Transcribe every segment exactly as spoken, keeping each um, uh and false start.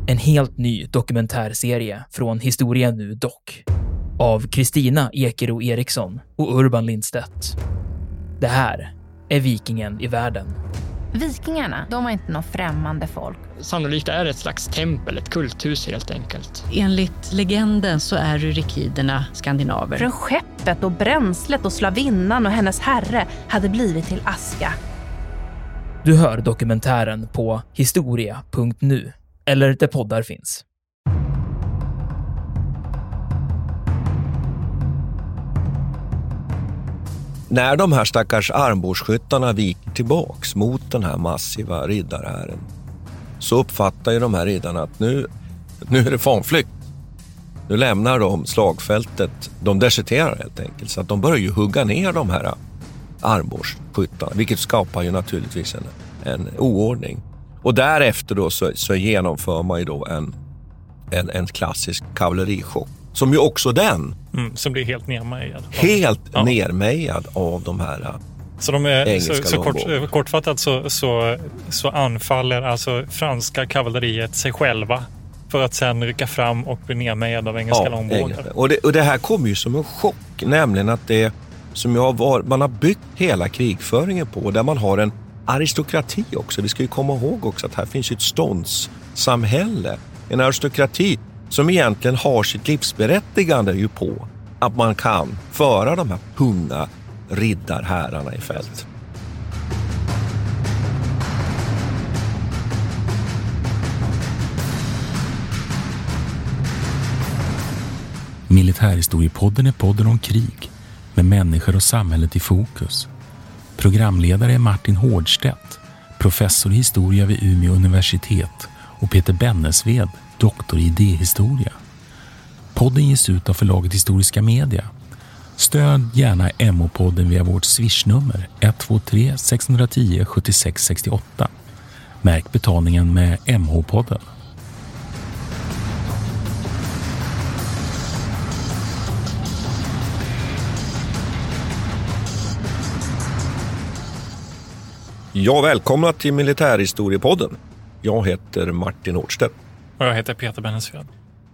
En helt ny dokumentärserie från Historia Nu Dock. Av Kristina Ekero Eriksson och Urban Lindstedt. Det här är Vikingen i världen. Vikingarna, de var inte någon främmande folk. Sannolikt är det ett slags tempel, ett kulthus helt enkelt. Enligt legenden så är rykiderna skandinaver. Från skeppet och bränslet och slavinnan och hennes herre hade blivit till aska. Du hör dokumentären på historia punkt nu eller där poddar finns. När de här stackars armbågsskyttarna viker tillbaks mot den här massiva riddarhären så uppfattar ju de här riddarna att nu, nu är det fanflykt. Nu lämnar de slagfältet, de deserterar helt enkelt, så att de börjar ju hugga ner de här armbågsskyttarna, vilket skapar ju naturligtvis en, en oordning. Och därefter då så, så genomför man ju då en, en, en klassisk kavallerichock. Som ju också den mm, som blir helt nermejad. Helt ja. nermejad av de här så de är, engelska så, så kort, kortfattat så, så, så anfaller alltså franska kavalleriet sig själva för att sen rycka fram och bli nermejad av engelska ja, långbågar. Och det, och det här kommer ju som en chock, nämligen att det som jag var, man har byggt hela krigföringen på, där man har en aristokrati också. Vi ska ju komma ihåg också att här finns ju ett ståndssamhälle, en aristokrati som egentligen har sitt livsberättigande ju på att man kan föra de här tunga riddarhärarna i fält. Militärhistoriepodden är podden om krig med människor och samhället i fokus. Programledare är Martin Hårdstedt, professor i historia vid Umeå universitet, och Peter Bennesved, doktor i idéhistoria. Podden ges ut av förlaget Historiska Media. Stöd gärna M O-podden via vårt swishnummer ett två tre sex ett noll sju sex sex åtta. Märk betalningen med M H-podden. Ja, välkomna till Militärhistoriepodden. Jag heter Martin Hårdstedt. Och jag heter Peter Bennesved.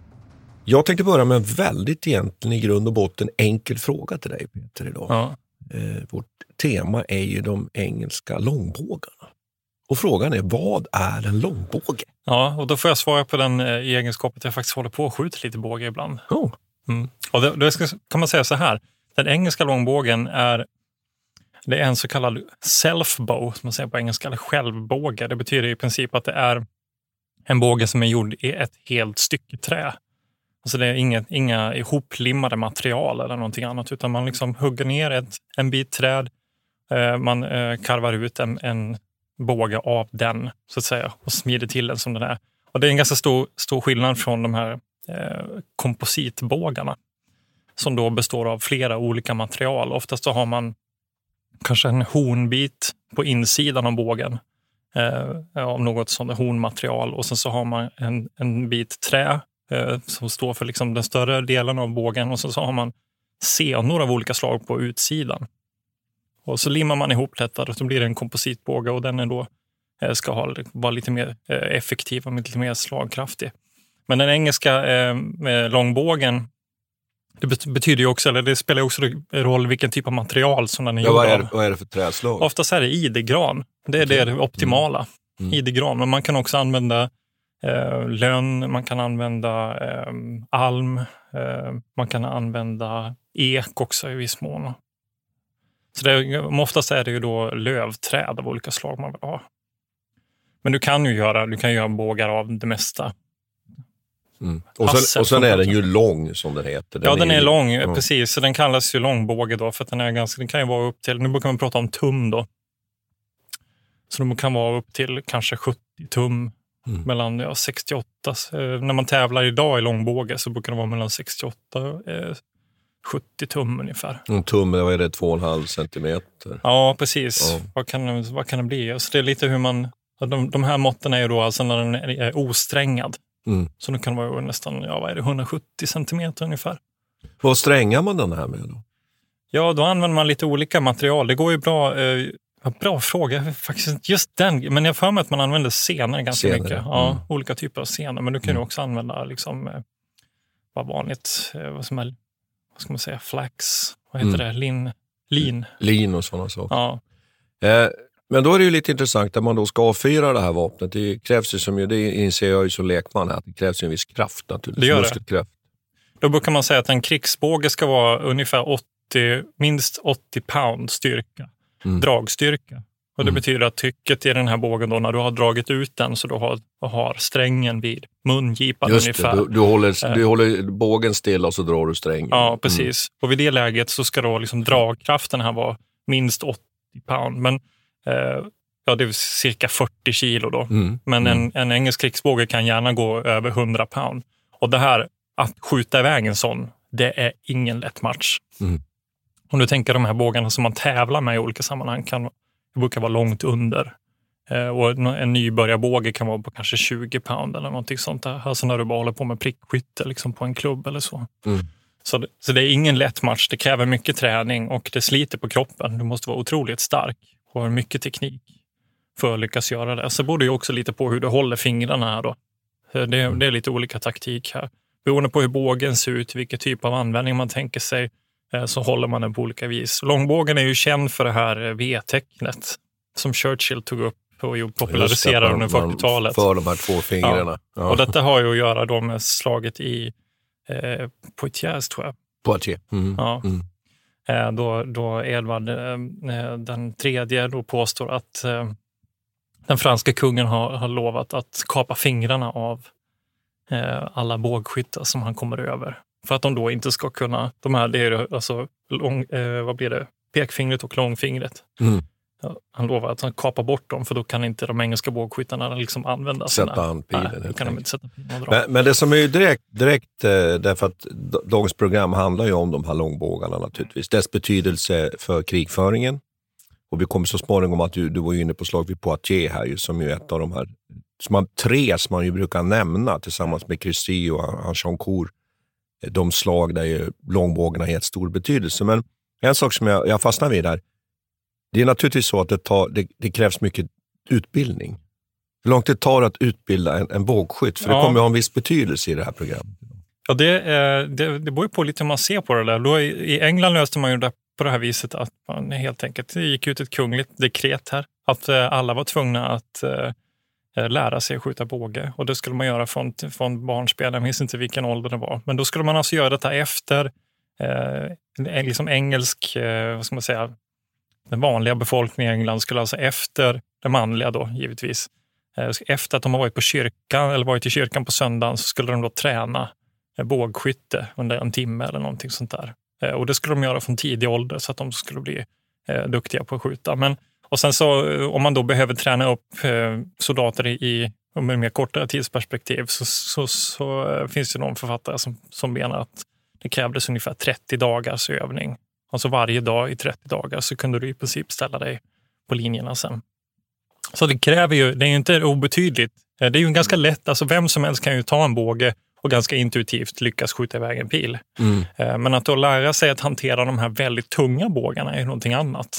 Jag tänkte börja med en väldigt egentligen i grund och botten enkel fråga till dig, Peter, idag. Ja. Eh, vårt tema är ju de engelska långbågarna. Och frågan är, vad är en långbåge? Ja, och då får jag svara på den eh, egenskapen att jag faktiskt håller på att skjuta lite båge ibland. Oh. Mm. Och då, då kan man säga så här. Den engelska långbågen är, det är en så kallad self-bow, som man säger på engelska, eller självbåge. Det betyder i princip att det är en båge som är gjord i ett helt stycke trä. Alltså det är inga, inga ihoplimmade material eller någonting annat, utan man liksom hugger ner ett, en bit träd, eh, man eh, karvar ut en, en båge av den så att säga och smider till den som den är. Och det är en ganska stor, stor skillnad från de här eh, kompositbågarna som då består av flera olika material. Oftast så har man kanske en hornbit på insidan av bågen eh, av något sådant hornmaterial, och sen så har man en, en bit trä eh, som står för liksom den större delen av bågen, och sen så har man senor av olika slag på utsidan. Och så limmar man ihop detta och så blir det en kompositbåge, och den är då, eh, ska ha, vara lite mer eh, effektiv och lite mer slagkraftig. Men den engelska eh, långbågen, det betyder ju också, eller det spelar ju också roll vilken typ av material som den är ja, gjord vad är, av. vad är det för träslag? Oftast är det idegran. Det är okay. Det optimala. Mm. Idegran. Men man kan också använda eh, lönn, man kan använda eh, alm, eh, man kan använda ek också i viss mån. Så det, oftast är det ju då lövträd av olika slag man vill ha. Men du kan ju göra, du kan göra bågar av det mesta. Mm. Och, sen, och sen är den ju lång som den heter. Den ja, den är, är ju, lång, ja. Precis. Så den kallas ju långbåge då, för att den är ganska, den kan ju vara upp till, nu brukar man prata om tum då. Så de kan vara upp till kanske sjuttio tum, mm. mellan ja, sextioåtta. Eh, när man tävlar idag i långbåge så brukar det vara mellan sextioåtta och eh, sjuttio tum ungefär. En tum, vad är det, två komma fem centimeter? Ja, precis. Ja. Vad, kan, vad kan det bli? Så det är lite hur man, de, de här måtten är ju då alltså när den är osträngad. Mm. Så nu kan det vara nästan, ja vad är det, hundrasjuttio centimeter ungefär. Vad strängar man den här med då? Ja, då använder man lite olika material. Det går ju bra, eh, Ja, bra fråga. Faktiskt just den. Men jag får med att man använder scener ganska Scener, mycket. mm. Ja, olika typer av scener. Men du kan ju Mm. också använda liksom, eh, vad vanligt, eh, vad som är, vad ska man säga, flax. Vad heter Mm. det? Lin. Lin. Lin och sådana saker. Ja. Eh, men då är det ju lite intressant att man då ska avfyra det här vapnet. Det krävs ju, som ju, det inser jag ju som lekman här, att det krävs ju en viss kraft naturligtvis. Det gör det. Muskelkraft. Då brukar man säga att en krigsbåge ska vara ungefär åttio, minst åttio pound styrka. Mm. Dragstyrka. Och det Mm. betyder att trycket i den här bågen då, när du har dragit ut den så du har, har strängen vid mungipan Just ungefär. det, du, du, håller, du håller bågen stilla och så drar du strängen. Ja, precis. Och vid det läget så ska då liksom dragkraften här vara minst åttio pound. Men eh, ja, det är cirka fyrtio kilo då. Mm. Men Mm. en, en engelsk krigsbåge kan gärna gå över hundra pound. Och det här, att skjuta iväg en sån, det är ingen lätt match. Mm. Om du tänker de här bågarna som man tävlar med i olika sammanhang kan det brukar vara långt under. Eh, och en, en nybörjarbåge kan vara på kanske tjugo pound eller någonting sånt där. Alltså när du bara håller på med prickskytte liksom på en klubb eller så. Mm. Så, det, så det är ingen lätt match. Det kräver mycket träning och det sliter på kroppen. Du måste vara otroligt stark och ha mycket teknik för att lyckas göra det. Så borde ju också lite på hur du håller fingrarna här då. Det, det är lite olika taktik här. Beroende på hur bågen ser ut, vilken typ av användning man tänker sig, så håller man den på olika vis. Långbågen är ju känd för det här V-tecknet som Churchill tog upp och populariserade under fyrtiotalet. För de här två fingrarna. Ja. Ja. Och detta har ju att göra då med slaget i eh, Poitiers, tror jag. Poitiers. Mm. Ja. Mm. Eh, då, då Edvard eh, den tredje då påstår att eh, den franska kungen har, har lovat att kapa fingrarna av eh, alla bågskyttar som han kommer över. För att de då inte ska kunna, de här, det är alltså lång, eh, vad blir det? Pekfingret och långfingret. Mm. Ja, han lovar att han kapar bort dem, för då kan inte de engelska bågskyttarna liksom använda Sätta sina... an pilen. Nej, då kan de inte sätta pilen och dra. Men, men det som är ju direkt, direkt eh, därför att d- dagens program handlar ju om de här långbågarna naturligtvis. Dess betydelse för krigföringen. Och vi kommer så småningom att du, du var ju inne på slag vid Poitiers här ju, som ju är ett av de här, som man, tre som man ju brukar nämna tillsammans med Crécy och Agincourt. De slag där ju långbågarna har gett stor betydelse. Men en sak som jag, jag fastnar vid där, det är naturligtvis så att det, tar, det, det krävs mycket utbildning. Hur långt det tar att utbilda en, en bågskytt? För Ja. det kommer att ha en viss betydelse i det här programmet. Ja, det, eh, det, det beror ju på lite hur man ser på det där. Då i, I England löste man ju det på det här viset att man helt enkelt, det gick ut ett kungligt dekret här. Att eh, alla var tvungna att eh, lära sig att skjuta båge. Och det skulle man göra från, från barnspel. Jag minns inte vilken ålder det var. Men då skulle man alltså göra detta efter eh, liksom engelsk, eh, vad ska man säga, den vanliga befolkningen i England skulle alltså efter det manliga då, givetvis. Eh, efter att de har varit på kyrkan eller varit i kyrkan på söndagen, så skulle de då träna eh, bågskytte under en timme eller någonting sånt där. Eh, och det skulle de göra från tidig ålder så att de skulle bli eh, duktiga på att skjuta. Men, och sen så, om man då behöver träna upp eh, soldater i med mer kortare tidsperspektiv, så, så, så eh, finns det någon författare som, som menar att det krävdes ungefär trettio dagars övning. Alltså varje dag i trettio dagar så kunde du i princip ställa dig på linjerna sen. Så det kräver ju, det är ju inte obetydligt. Det är ju ganska lätt, alltså vem som helst kan ju ta en båge och ganska intuitivt lyckas skjuta iväg en pil. Mm. Men att då lära sig att hantera de här väldigt tunga bågarna är någonting annat.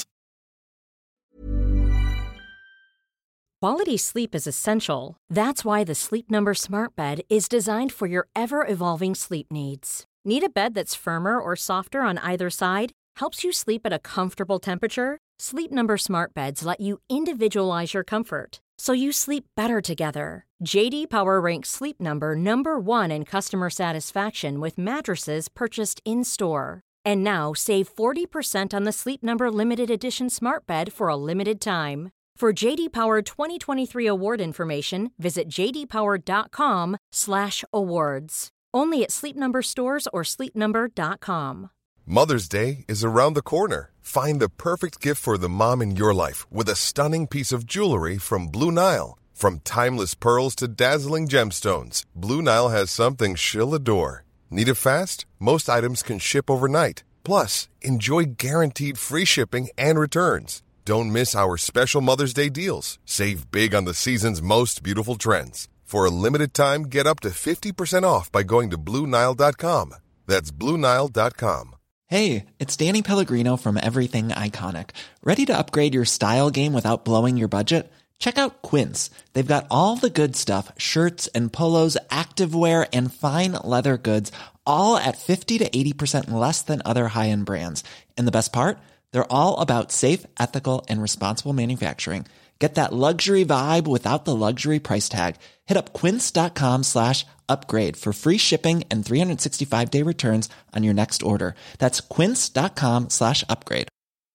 Quality sleep is essential. That's why the Sleep Number Smart Bed is designed for your ever-evolving sleep needs. Need a bed that's firmer or softer on either side? Helps you sleep at a comfortable temperature? Sleep Number Smart Beds let you individualize your comfort, so you sleep better together. J D Power ranks Sleep Number number one in customer satisfaction with mattresses purchased in-store. And now save forty percent on the Sleep Number Limited Edition Smart Bed for a limited time. For J D Power twenty twenty-three award information, visit j d power dot com slash awards. Only at Sleep Number stores or sleep number dot com. Mother's Day is around the corner. Find the perfect gift for the mom in your life with a stunning piece of jewelry from Blue Nile. From timeless pearls to dazzling gemstones, Blue Nile has something she'll adore. Need it fast? Most items can ship overnight. Plus, enjoy guaranteed free shipping and returns. Don't miss our special Mother's Day deals. Save big on the season's most beautiful trends. For a limited time, get up to fifty percent off by going to blue nile dot com. That's blue nile dot com. Hey, it's Danny Pellegrino from Everything Iconic. Ready to upgrade your style game without blowing your budget? Check out Quince. They've got all the good stuff, shirts and polos, activewear, and fine leather goods, all at fifty to eighty percent less than other high-end brands. And the best part? They're all about safe, ethical, and responsible manufacturing. Get that luxury vibe without the luxury price tag. Hit up quince.com slash upgrade for free shipping and three sixty-five day returns on your next order. That's quince.com slash upgrade.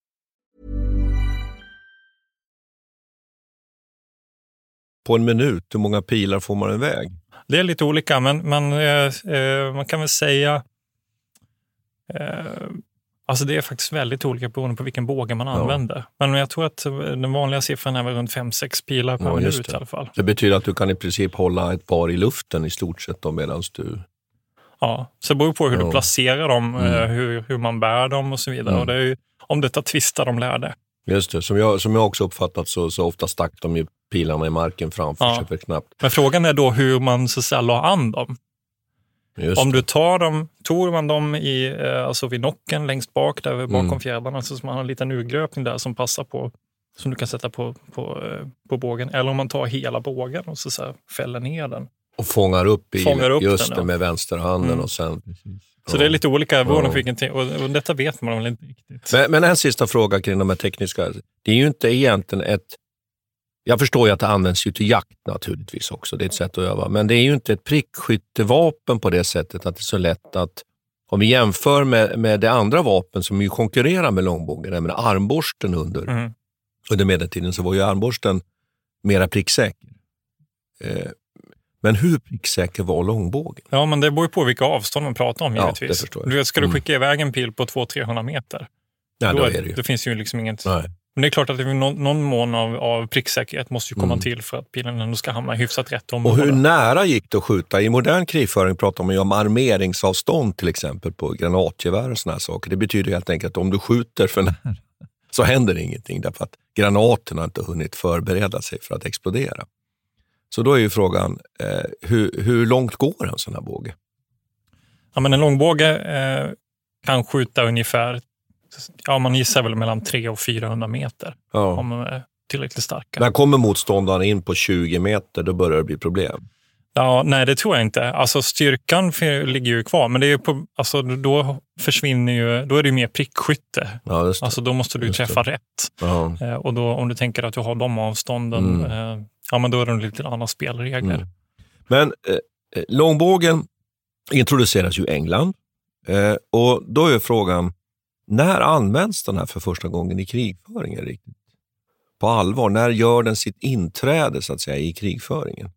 På en minut, hur många pilar får man iväg? Det är lite olika, men, men eh, man kan väl säga... Eh, alltså det är faktiskt väldigt olika beroende på vilken båge man ja. använder. Men jag tror att den vanliga siffran är väl runt fem sex pilar per ja, minut i alla fall. Det betyder att du kan i princip hålla ett par i luften i stort sett då medan du... Ja, så det beror på hur ja. du placerar dem, Mm. hur, hur man bär dem och så vidare. Mm. Och det är ju, om detta tvistar de lärde. Just det, som jag, som jag också uppfattat så, så ofta stack de ju pilarna i marken framför ja. sig för knappt. Men frågan är då hur man så att säga la an dem. Just Om det. du tar dem, tog man dem i, eh, alltså vid nocken längst bak där bakom Mm. fjädrarna, så man har en liten urgröpning där som passar på, som du kan sätta på, på, eh, på bågen. Eller om man tar hela bågen och så, så här, fäller ner den. Och fångar upp, i, Fångar upp just den, det ja. med vänsterhanden Mm. och sen... Så det är lite olika beroende Ja. på vilken te- och, och detta vet man väl inte riktigt. Men, men en sista fråga kring de här tekniska. Det är ju inte egentligen ett... Jag förstår ju att det används ju till jakt naturligtvis också. Det är ett sätt att öva. Men det är ju inte ett prickskyttevapen på det sättet att det är så lätt att... Om vi jämför med, med det andra vapen som ju konkurrerar med långbågen, nämligen armborsten under, Mm. under medeltiden, så var ju armborsten mera pricksäker. Eh, men hur pricksäker var långbågen? Ja, men det beror ju på vilka avstånd man pratar om Ja, givetvis. det förstår jag. Du vet, ska du Mm. skicka iväg en pil på två till trehundra meter? Ja, då då är, är det ju. det finns ju liksom inget... Nej. Men det är klart att det är någon, någon mån av, av pricksäkerhet måste ju komma Mm. till för att pilen ändå ska hamna i hyfsat rätt Och område. hur nära gick det att skjuta? I modern krigföring pratar man ju om armeringsavstånd till exempel på granatgevär och såna här saker. Det betyder helt enkelt att om du skjuter för nära så händer ingenting därför att granaterna inte hunnit förbereda sig för att explodera. Så då är ju frågan, eh, hur, hur långt går en sån här båge? Ja, men en långbåge eh, kan skjuta ungefär, ja man gissar väl mellan trehundra och fyrahundra meter. Ja. Om de är tillräckligt starka. När kommer motståndaren in på tjugo meter, då börjar det bli problem. Ja, nej det tror jag inte. Alltså styrkan för, ligger ju kvar, men det är ju på, alltså då försvinner ju, då är det ju mer prickskytte. Ja, just det. Alltså då måste du Just träffa det. rätt. Ja. Eh, och då om du tänker att du har de avstånden, Mm. eh, ja men då är det lite andra spelregler. Mm. Men eh, långbågen introduceras ju i England. Eh, och då är frågan, när används den här för första gången i krigföringen riktigt? På allvar, när gör den sitt inträde så att säga i krigföringen?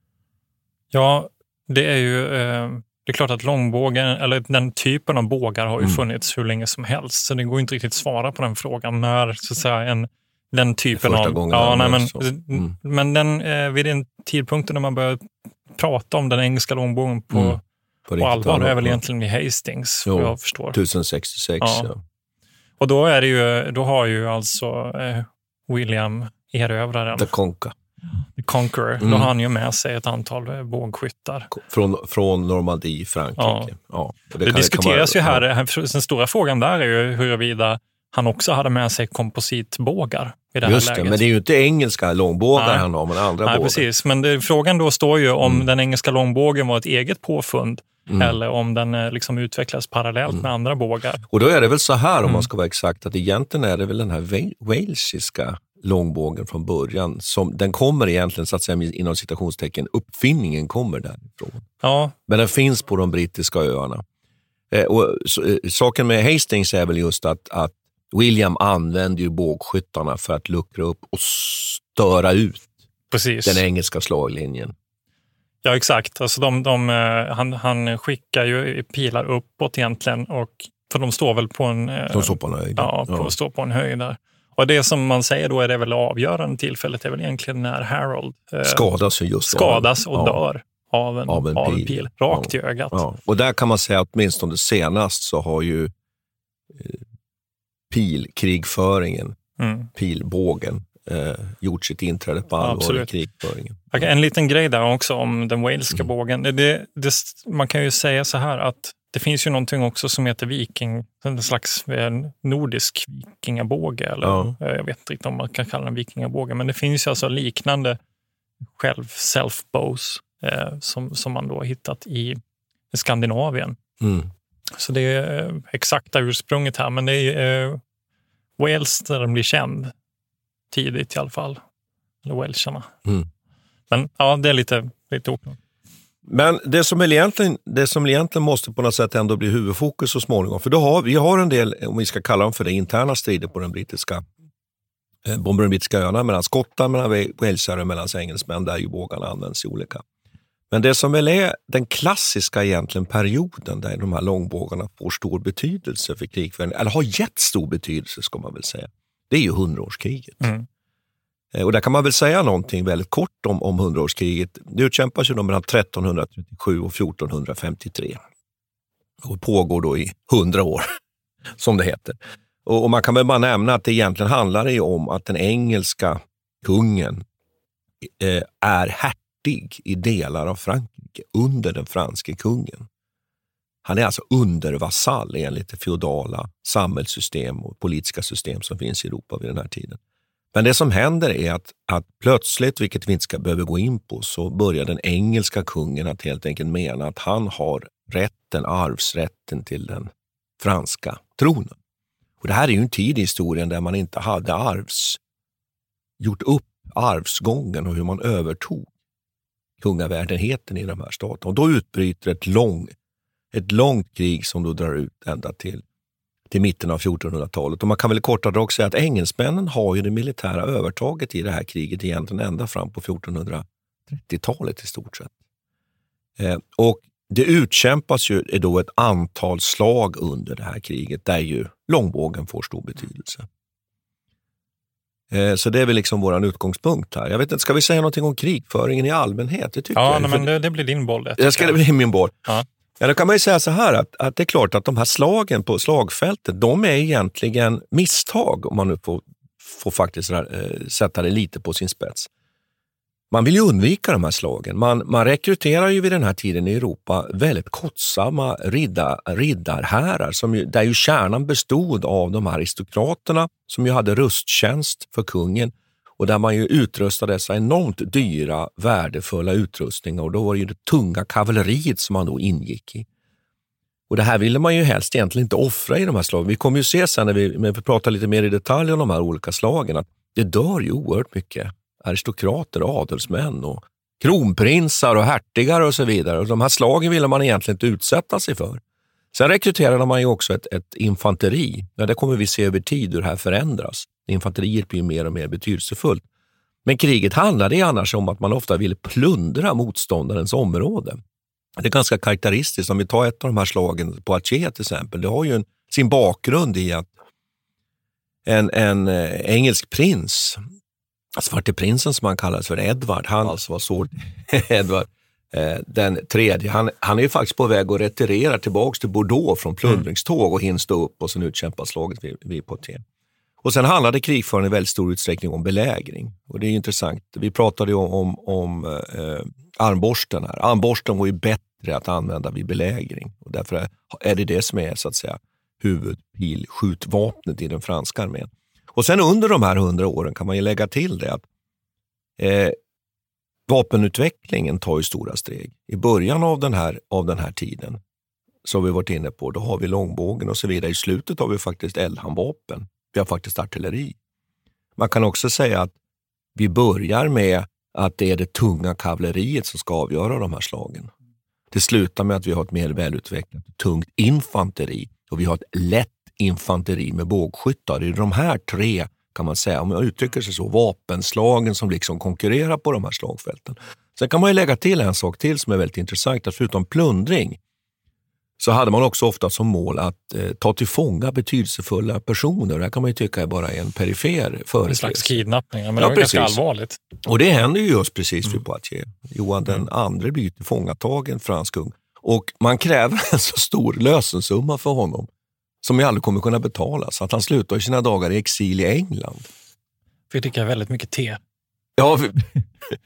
Ja, det är ju eh, det är klart att långbågen, eller den typen av bågar har ju Mm. funnits hur länge som helst. Så det går inte riktigt att svara på den frågan när så att säga en den typen Första av gången ja, nej, men, används så. Mm. men den eh, vid den tidpunkten när man börjar prata om den engelska långbågen på, Mm. På på riktigt allvar, det är väl ja. egentligen vid Hastings, Jo, vad jag förstår. tusen sextiosex, Ja. ja. Och då är det ju, då har ju alltså eh, William erövraren, The Conca. The Conqueror, Mm. då har han ju med sig ett antal eh, bågskyttar. Från, från Normandie, Frankrike. Ja. Ja. Och Det, kan- diskuteras kan ju vara- här, ja. Den stora frågan där är ju huruvida han också hade med sig kompositbågar i det här Just det, läget. men det är ju inte engelska långbågar Nej. han har, men andra Nej, bågar. precis. Men det, frågan då står ju om Mm. den engelska långbågen var ett eget påfund Mm. eller om den eh, liksom utvecklas parallellt Mm. med andra bågar. Och då är det väl så här, om Mm. man ska vara exakt, att egentligen är det väl den här wa- walesiska långbågen från början, som den kommer egentligen, så att säga inom citationstecken, uppfinningen kommer därifrån. Ja, Men den finns på de brittiska öarna. Eh, och så, eh, saken med Hastings är väl just att, att William använde ju bågskyttarna för att luckra upp och störa ut precis. den engelska slaglinjen. Ja, exakt. Alltså de, de, eh, han, han skickar ju pilar uppåt egentligen, och, för de står väl på en, eh, De står på en höjd. ja, på, står på en höjd där. Och det som man säger då är det väl avgörande tillfället är väl egentligen när Harold eh, Skadas ju just skadas och ja. dör av en, Av en av en pil. pil, rakt Ja. i ögat. Ja. Och där kan man säga att åtminstone senast så har ju eh, pilkrigföringen, Mm. pilbågen, eh, gjort sitt inträde på allvar Absolut. i krigföringen. En liten grej där också om den walesiska Mm. bågen. Det, det, det, man kan ju säga så här att det finns ju någonting också som heter viking, en slags nordisk vikingabåge. Eller, ja. Jag vet inte riktigt om man kan kalla den vikingabåge. Men det finns ju alltså liknande själv self-bows eh, som, som man då har hittat i Skandinavien. Mm. Så det är eh, exakta ursprunget här. Men det är eh, Wales där den blir känd tidigt i alla fall. Eller Walesarna. Mm. Men ja, det är lite, lite oklart. Men det som, egentligen, det som egentligen måste på något sätt ändå bli huvudfokus så småningom. För då har, vi har en del, om vi ska kalla dem för det, interna strider på den brittiska, eh, på de brittiska öarna. Mellan skottar, mellan walesare, mellan engelsmän. Där ju bågarna används i olika. Men det som väl är den klassiska egentligen perioden där de här långbågarna får stor betydelse för krigföringen. Eller har gett stor betydelse ska man väl säga. Det är ju hundraårskriget. Mm. Och där kan man väl säga någonting väldigt kort om, om hundraårskriget. Det utkämpas ju då mellan tretton trettiosju och fjorton femtiotre. Och pågår då i hundra år, som det heter. Och, och man kan väl bara nämna att det egentligen handlar ju om att den engelska kungen eh, är hertig i delar av Frankrike under den franske kungen. Han är alltså undervasall enligt det feodala samhällssystem och politiska system som finns i Europa vid den här tiden. Men det som händer är att, att plötsligt, vilket vi inte ska behöva gå in på, så börjar den engelska kungen att helt enkelt mena att han har rätten, arvsrätten till den franska tronen. Och det här är ju en tid i historien där man inte hade arvs, gjort upp arvsgången och hur man övertog kungavärdenheten i de här staterna. Och då utbryter ett, lång, ett långt krig som då drar ut ända till till mitten av fjortonhundratalet. Och man kan väl korta drag säga att engelsmännen har ju det militära övertaget i det här kriget egentligen ända fram på fjortonhundratrettiotalet i stort sett. Eh, och det utkämpas ju då ett antal slag under det här kriget där ju långbågen får stor betydelse. Eh, så det är väl liksom våran utgångspunkt här. Jag vet inte, ska vi säga någonting om krigföringen i allmänhet? Det tycker ja, jag. Nej, men det, det blir din boll. Det, det ska det bli min boll. Ja. Ja, då kan man ju säga så här att, att det är klart att de här slagen på slagfältet, de är egentligen misstag om man nu får, får faktiskt äh, sätta det lite på sin spets. Man vill ju undvika de här slagen. Man, man rekryterar ju vid den här tiden i Europa väldigt kostsamma riddar, riddarhärar som ju, där ju kärnan bestod av de här aristokraterna som ju hade rusttjänst för kungen. Och där man ju utrustade dessa enormt dyra, värdefulla utrustningar. Och då var det ju det tunga kavalleriet som man då ingick i. Och det här ville man ju helst egentligen inte offra i de här slagen. Vi kommer ju se sen när vi, när vi pratar lite mer i detalj om de här olika slagen att det dör ju oerhört mycket aristokrater, adelsmän och kronprinsar och hertigar och så vidare. Och de här slagen ville man egentligen inte utsätta sig för. Sen rekryterade man ju också ett, ett infanteri. Ja, det kommer vi se över tid hur det här förändras. Infanteriet blir mer och mer betydelsefullt. Men kriget handlade annars om att man ofta ville plundra motståndarens område. Det är ganska karaktäristiskt. Om vi tar ett av de här slagen på Aceh till exempel. Det har ju en, sin bakgrund i att en, en eh, engelsk prins, svarte prinsen som han kallas för Edvard, han alltså var så Edvard eh, den tredje, han, han är ju faktiskt på väg att retirera tillbaka till Bordeaux från plundringståg och hinna stå upp och sen utkämpa slaget vid, vid Poitiers. Och sen handlade krigföringen i väldigt stor utsträckning om belägring. Och det är intressant. Vi pratade ju om, om, om eh, armborsten här. Armborsten var ju bättre att använda vid belägring. Och därför är det det som är så att säga huvudpilskjutvapnet i den franska armén. Och sen under de här hundra åren kan man ju lägga till det att eh, vapenutvecklingen tar ju stora steg. I början av den här, av den här tiden som vi varit inne på, då har vi långbågen och så vidare. I slutet har vi faktiskt eldhandvapen. Vi har faktiskt artilleri. Man kan också säga att vi börjar med att det är det tunga kavalleriet som ska avgöra de här slagen. Det slutar med att vi har ett mer välutvecklat tungt infanteri och vi har ett lätt infanteri med bågskyttar. Det är de här tre, kan man säga, om jag uttrycker sig så, vapenslagen som liksom konkurrerar på de här slagfälten. Sen kan man ju lägga till en sak till som är väldigt intressant, att förutom plundring så hade man också ofta som mål att eh, ta till fånga betydelsefulla personer. Det här kan man ju tycka är bara en perifer företeelse. En slags kidnappning, men ja, det är precis. ganska allvarligt. Och det händer ju just precis vid mm. Poitiers. Johan den mm. andre blir tillfångatagen, fransk kung. Och man kräver en så stor lösensumma för honom som ju aldrig kommer kunna betala. Så att han slutar i sina dagar i exil i England. Vi dricker väldigt mycket te. Ja,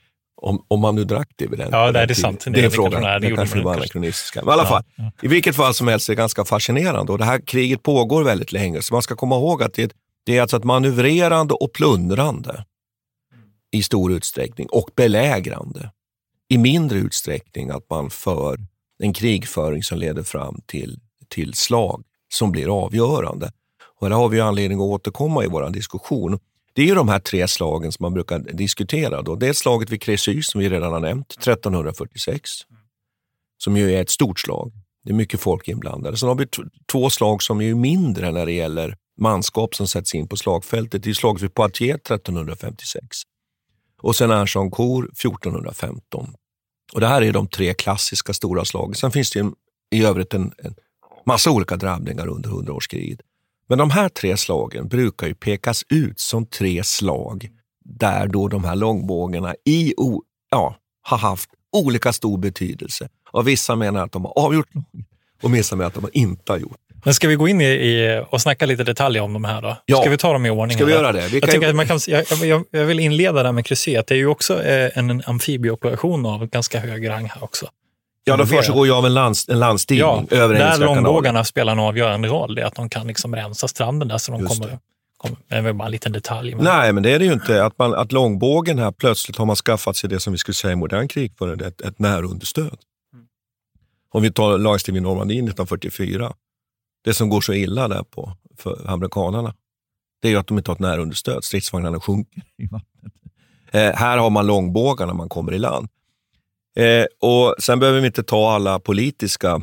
Om, om man nu drack det vid den. Ja, det är det sant. Det, det är frågan. Det, det kanske var anakronistiska. Men i alla fall, ja, ja. I vilket fall som helst är det ganska fascinerande. Och det här kriget pågår väldigt länge. Så man ska komma ihåg att det, det är alltså ett manövrerande och plundrande i stor utsträckning. Och belägrande i mindre utsträckning, att man för en krigföring som leder fram till, till slag som blir avgörande. Och där har vi anledning att återkomma i vår diskussion. Det är ju de här tre slagen som man brukar diskutera då. Det är slaget vid Crécy som vi redan har nämnt, tretton fyrtiosex. Som ju är ett stort slag. Det är mycket folk inblandade. Sen har vi t- två slag som är ju mindre när det gäller manskap som sätts in på slagfältet. Det är slaget vid Poitiers tretton femtiosex. Och sen Agincourt fjorton femton. Och det här är de tre klassiska stora slagen. Sen finns det ju i övrigt en, en massa olika drabbningar under hundraårskriget. Men de här tre slagen brukar ju pekas ut som tre slag där då de här långbågarna i o, ja, har haft olika stor betydelse. Och vissa menar att de har avgjort och vissa menar att de har inte har gjort. Men ska vi gå in i, i och snacka lite detaljer om de här då? Ja. Ska vi ta dem i ordning? Ska vi göra det? Vi jag, tänker att man kan, jag, jag, jag vill inleda där med Crécy. Det är ju också en, en amfibieoperation av ganska hög rang här också. Ja, då försiggår ju av en, lands, en landstigning ja, över Engelska kanalen. Där långbågarna spelar en avgörande roll. Det är att de kan liksom rensa stranden där så de Just kommer... kommer det är väl bara en liten detalj. Men... Nej, men det är det ju inte. Att, man, att långbågen här plötsligt har man skaffat sig det som vi skulle säga i modern krig för ett, ett närunderstöd. Mm. Om vi tar lagstiftningen i Normandie nitton fyrtiofyra. Det som går så illa där på för amerikanerna, det är ju att de inte har ett närunderstöd. Stridsvagnarna sjunker i vattnet. Eh, här har man långbågar när man kommer i land. Eh, och sen behöver vi inte ta alla politiska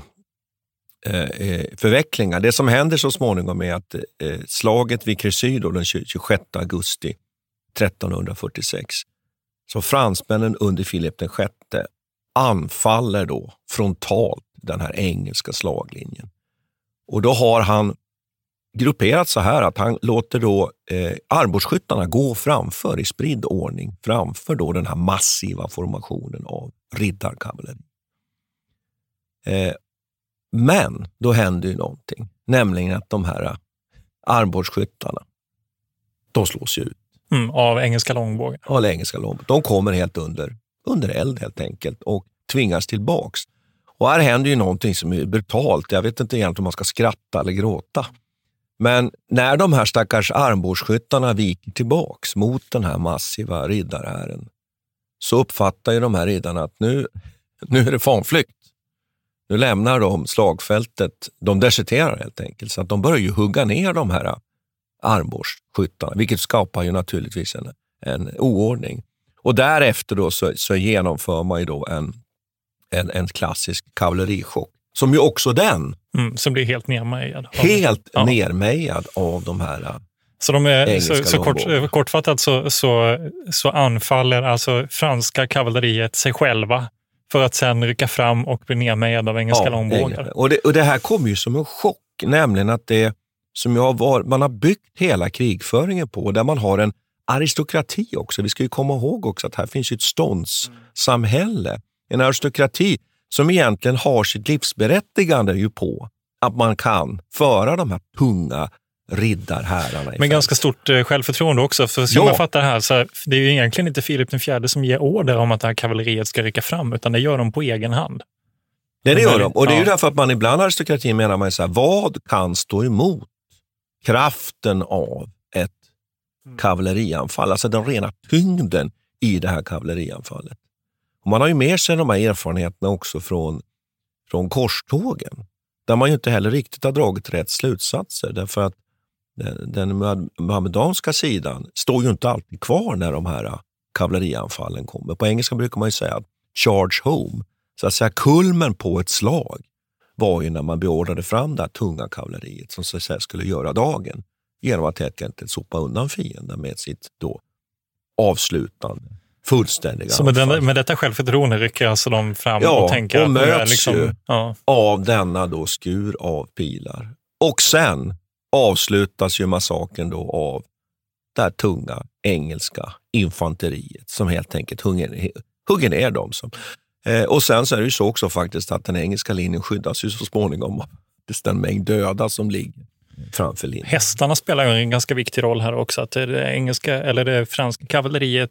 eh, förvecklingar. Det som händer så småningom är att eh, slaget vid Crécy då, den tjugosjätte augusti tretton fyrtiosex, så fransmännen under Philippe den sjätte anfaller då frontalt den här engelska slaglinjen. Och då har han grupperat så här att han låter då eh, armbågsskyttarna gå framför i spridd ordning framför då den här massiva formationen av riddarkavalleri. Eh, men då händer ju någonting, nämligen att de här armbågsskyttarna, de slås ju ut. Mm, av engelska långbågar. Av engelska långbågar. De kommer helt under, under eld helt enkelt och tvingas tillbaks. Och här händer ju någonting som är brutalt. Jag vet inte egentligen om man ska skratta eller gråta. Men när de här stackars armbågsskyttarna viker tillbaks mot den här massiva riddarhären, så uppfattar ju de här riddarna att nu, nu är det fanflykt. Nu lämnar de slagfältet, de deserterar helt enkelt. Så att de börjar ju hugga ner de här armbågsskyttarna, vilket skapar ju naturligtvis en, en oordning. Och därefter då så, så genomför man ju då en En, en klassisk kavallerichock. Som ju också den... Mm, som blir helt nermejad. Helt ja. nermejad av de här Så, de är, så, så kort, kortfattat så, så, så anfaller alltså franska kavalleriet sig själva för att sen rycka fram och bli nermejad av engelska ja, långbågar. Och det, och det här kommer ju som en chock, nämligen att det som jag var, man har byggt hela krigföringen på, där man har en aristokrati också. Vi ska ju komma ihåg också att här finns ju ett ståndssamhälle. En aristokrati som egentligen har sitt livsberättigande ju på att man kan föra de här tunga riddarhärarna. Men ganska stort eh, självförtroende också. För som ja. man fattar här, så det är ju egentligen inte Filip den fjärde som ger order om att det här kavalleriet ska rycka fram, utan det gör de på egen hand. Det, det gör de. Och det är ju därför att man ibland aristokratin menar man så här, vad kan stå emot kraften av ett kavallerianfall? Alltså den rena tyngden i det här kavallerianfallet. Och man har ju med sig de här erfarenheterna också från, från korstågen. Där man ju inte heller riktigt har dragit rätt slutsatser. Därför att den, den muhammedanska sidan står ju inte alltid kvar när de här kavallerianfallen kommer. På engelska brukar man ju säga att charge home. Så att säga kulmen på ett slag var ju när man beordrade fram det här tunga kavalleriet som så att säga skulle göra dagen. Genom att helt enkelt sopa undan fienden med sitt då avslutande. Fullständiga. Så med, den, med detta självförtroende rycker alltså de fram ja, och tänker och att möts är liksom, ju ja. av denna då skur av pilar. Och sen avslutas ju massakern då av det här tunga engelska infanteriet som helt enkelt hugger, hugger ner dem. Som. Eh, och sen så är det ju så också faktiskt att den engelska linjen skyddas ju så småningom av den mängd döda som ligger framför linjen. Hästarna spelar ju en ganska viktig roll här också. Att det engelska eller det franska kavalleriet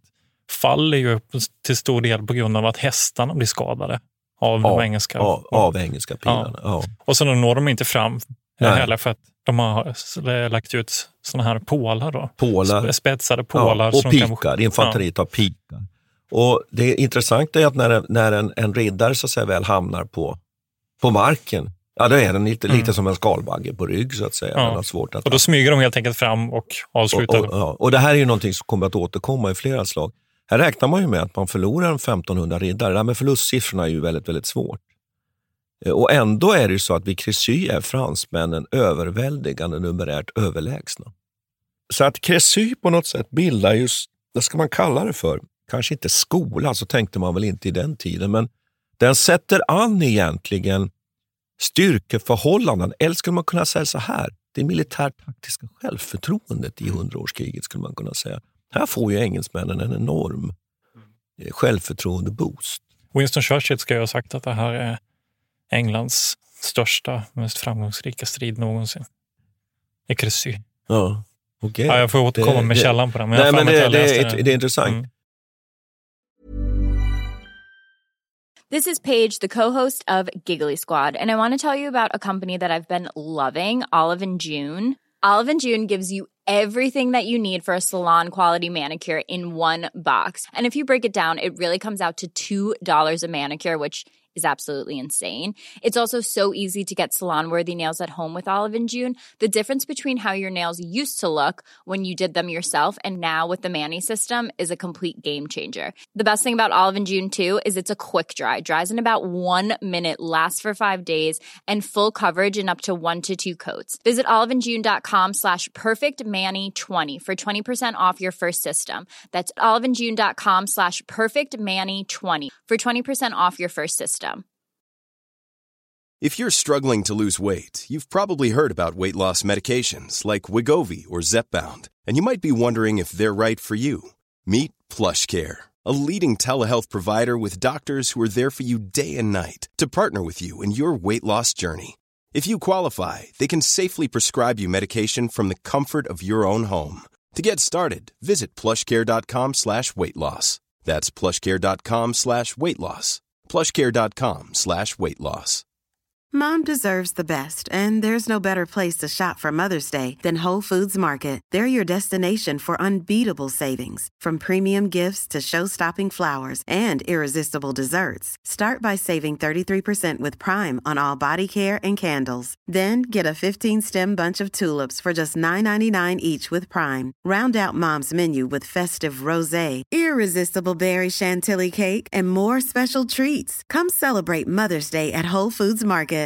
faller ju till stor del på grund av att hästarna blir skadade av ja, de engelska. Ja, av engelska pilarna. Ja. Ja. Och så når de inte fram heller för att de har lagt ut såna här pålar då. Pålar. Spetsade pålar. Ja, och som pikar. Kan... Infanteriet ja. har pikar. Och det intressanta är att när, när en, en riddare så att säga väl hamnar på, på marken, ja då är den lite, mm. lite som en skalbagge på rygg så att säga. Ja. Den har svårt att... Och då smyger de helt enkelt fram och avslutar. Och, och, ja. och det här är ju någonting som kommer att återkomma i flera slag. Här räknar man ju med att man förlorar en femtonhundra riddare. Det här med förlustsiffrorna är ju väldigt, väldigt svårt. Och ändå är det ju så att vid Crécy är fransmännen överväldigande numerärt överlägsna. Så att Crécy på något sätt bildar just, vad ska man kalla det för? Kanske inte skola, så tänkte man väl inte i den tiden. Men den sätter an egentligen styrkeförhållanden. Eller skulle man kunna säga så här, det militärtaktiska självförtroendet i hundraårskriget skulle man kunna säga. Här får ju engelsmännen en enorm självförtroende-boost. Winston Churchill ska ju ha sagt att det här är Englands största, mest framgångsrika strid någonsin. I Crécy. Ja, okej. Okay. Ja, jag får återkomma det, med det, källan på den. Men nej, jag men det, det, det. det, det är intressant. Mm. This is Paige, the co-host of Giggly Squad, and I want to tell you about a company that I've been loving, Olive and June. Olive and June gives you everything that you need for a salon-quality manicure in one box. And if you break it down, it really comes out to two dollars a manicure, which is absolutely insane. It's also so easy to get salon-worthy nails at home with Olive and June. The difference between how your nails used to look when you did them yourself and now with the Mani system is a complete game changer. The best thing about Olive and June too is it's a quick dry. Dries in about one minute, lasts for five days, and full coverage in up to one to two coats. Visit oliveandjune.com slash perfectmani20 for twenty percent off your first system. That's oliveandjune.com slash perfectmani20 for twenty percent off your first system. If you're struggling to lose weight, you've probably heard about weight loss medications like Wegovy or Zepbound, and you might be wondering if they're right for you. Meet PlushCare, a leading telehealth provider with doctors who are there for you day and night to partner with you in your weight loss journey. If you qualify, they can safely prescribe you medication from the comfort of your own home. To get started, visit plushcare.com slash weight loss. That's plushcare.com slash weight loss. plushcare.com slash weight loss. Mom deserves the best, and there's no better place to shop for Mother's Day than Whole Foods Market. They're your destination for unbeatable savings, from premium gifts to show-stopping flowers and irresistible desserts. Start by saving thirty-three percent with Prime on all body care and candles. Then get a fifteen-stem bunch of tulips for just nine ninety-nine each with Prime. Round out Mom's menu with festive rosé, irresistible berry chantilly cake, and more special treats. Come celebrate Mother's Day at Whole Foods Market.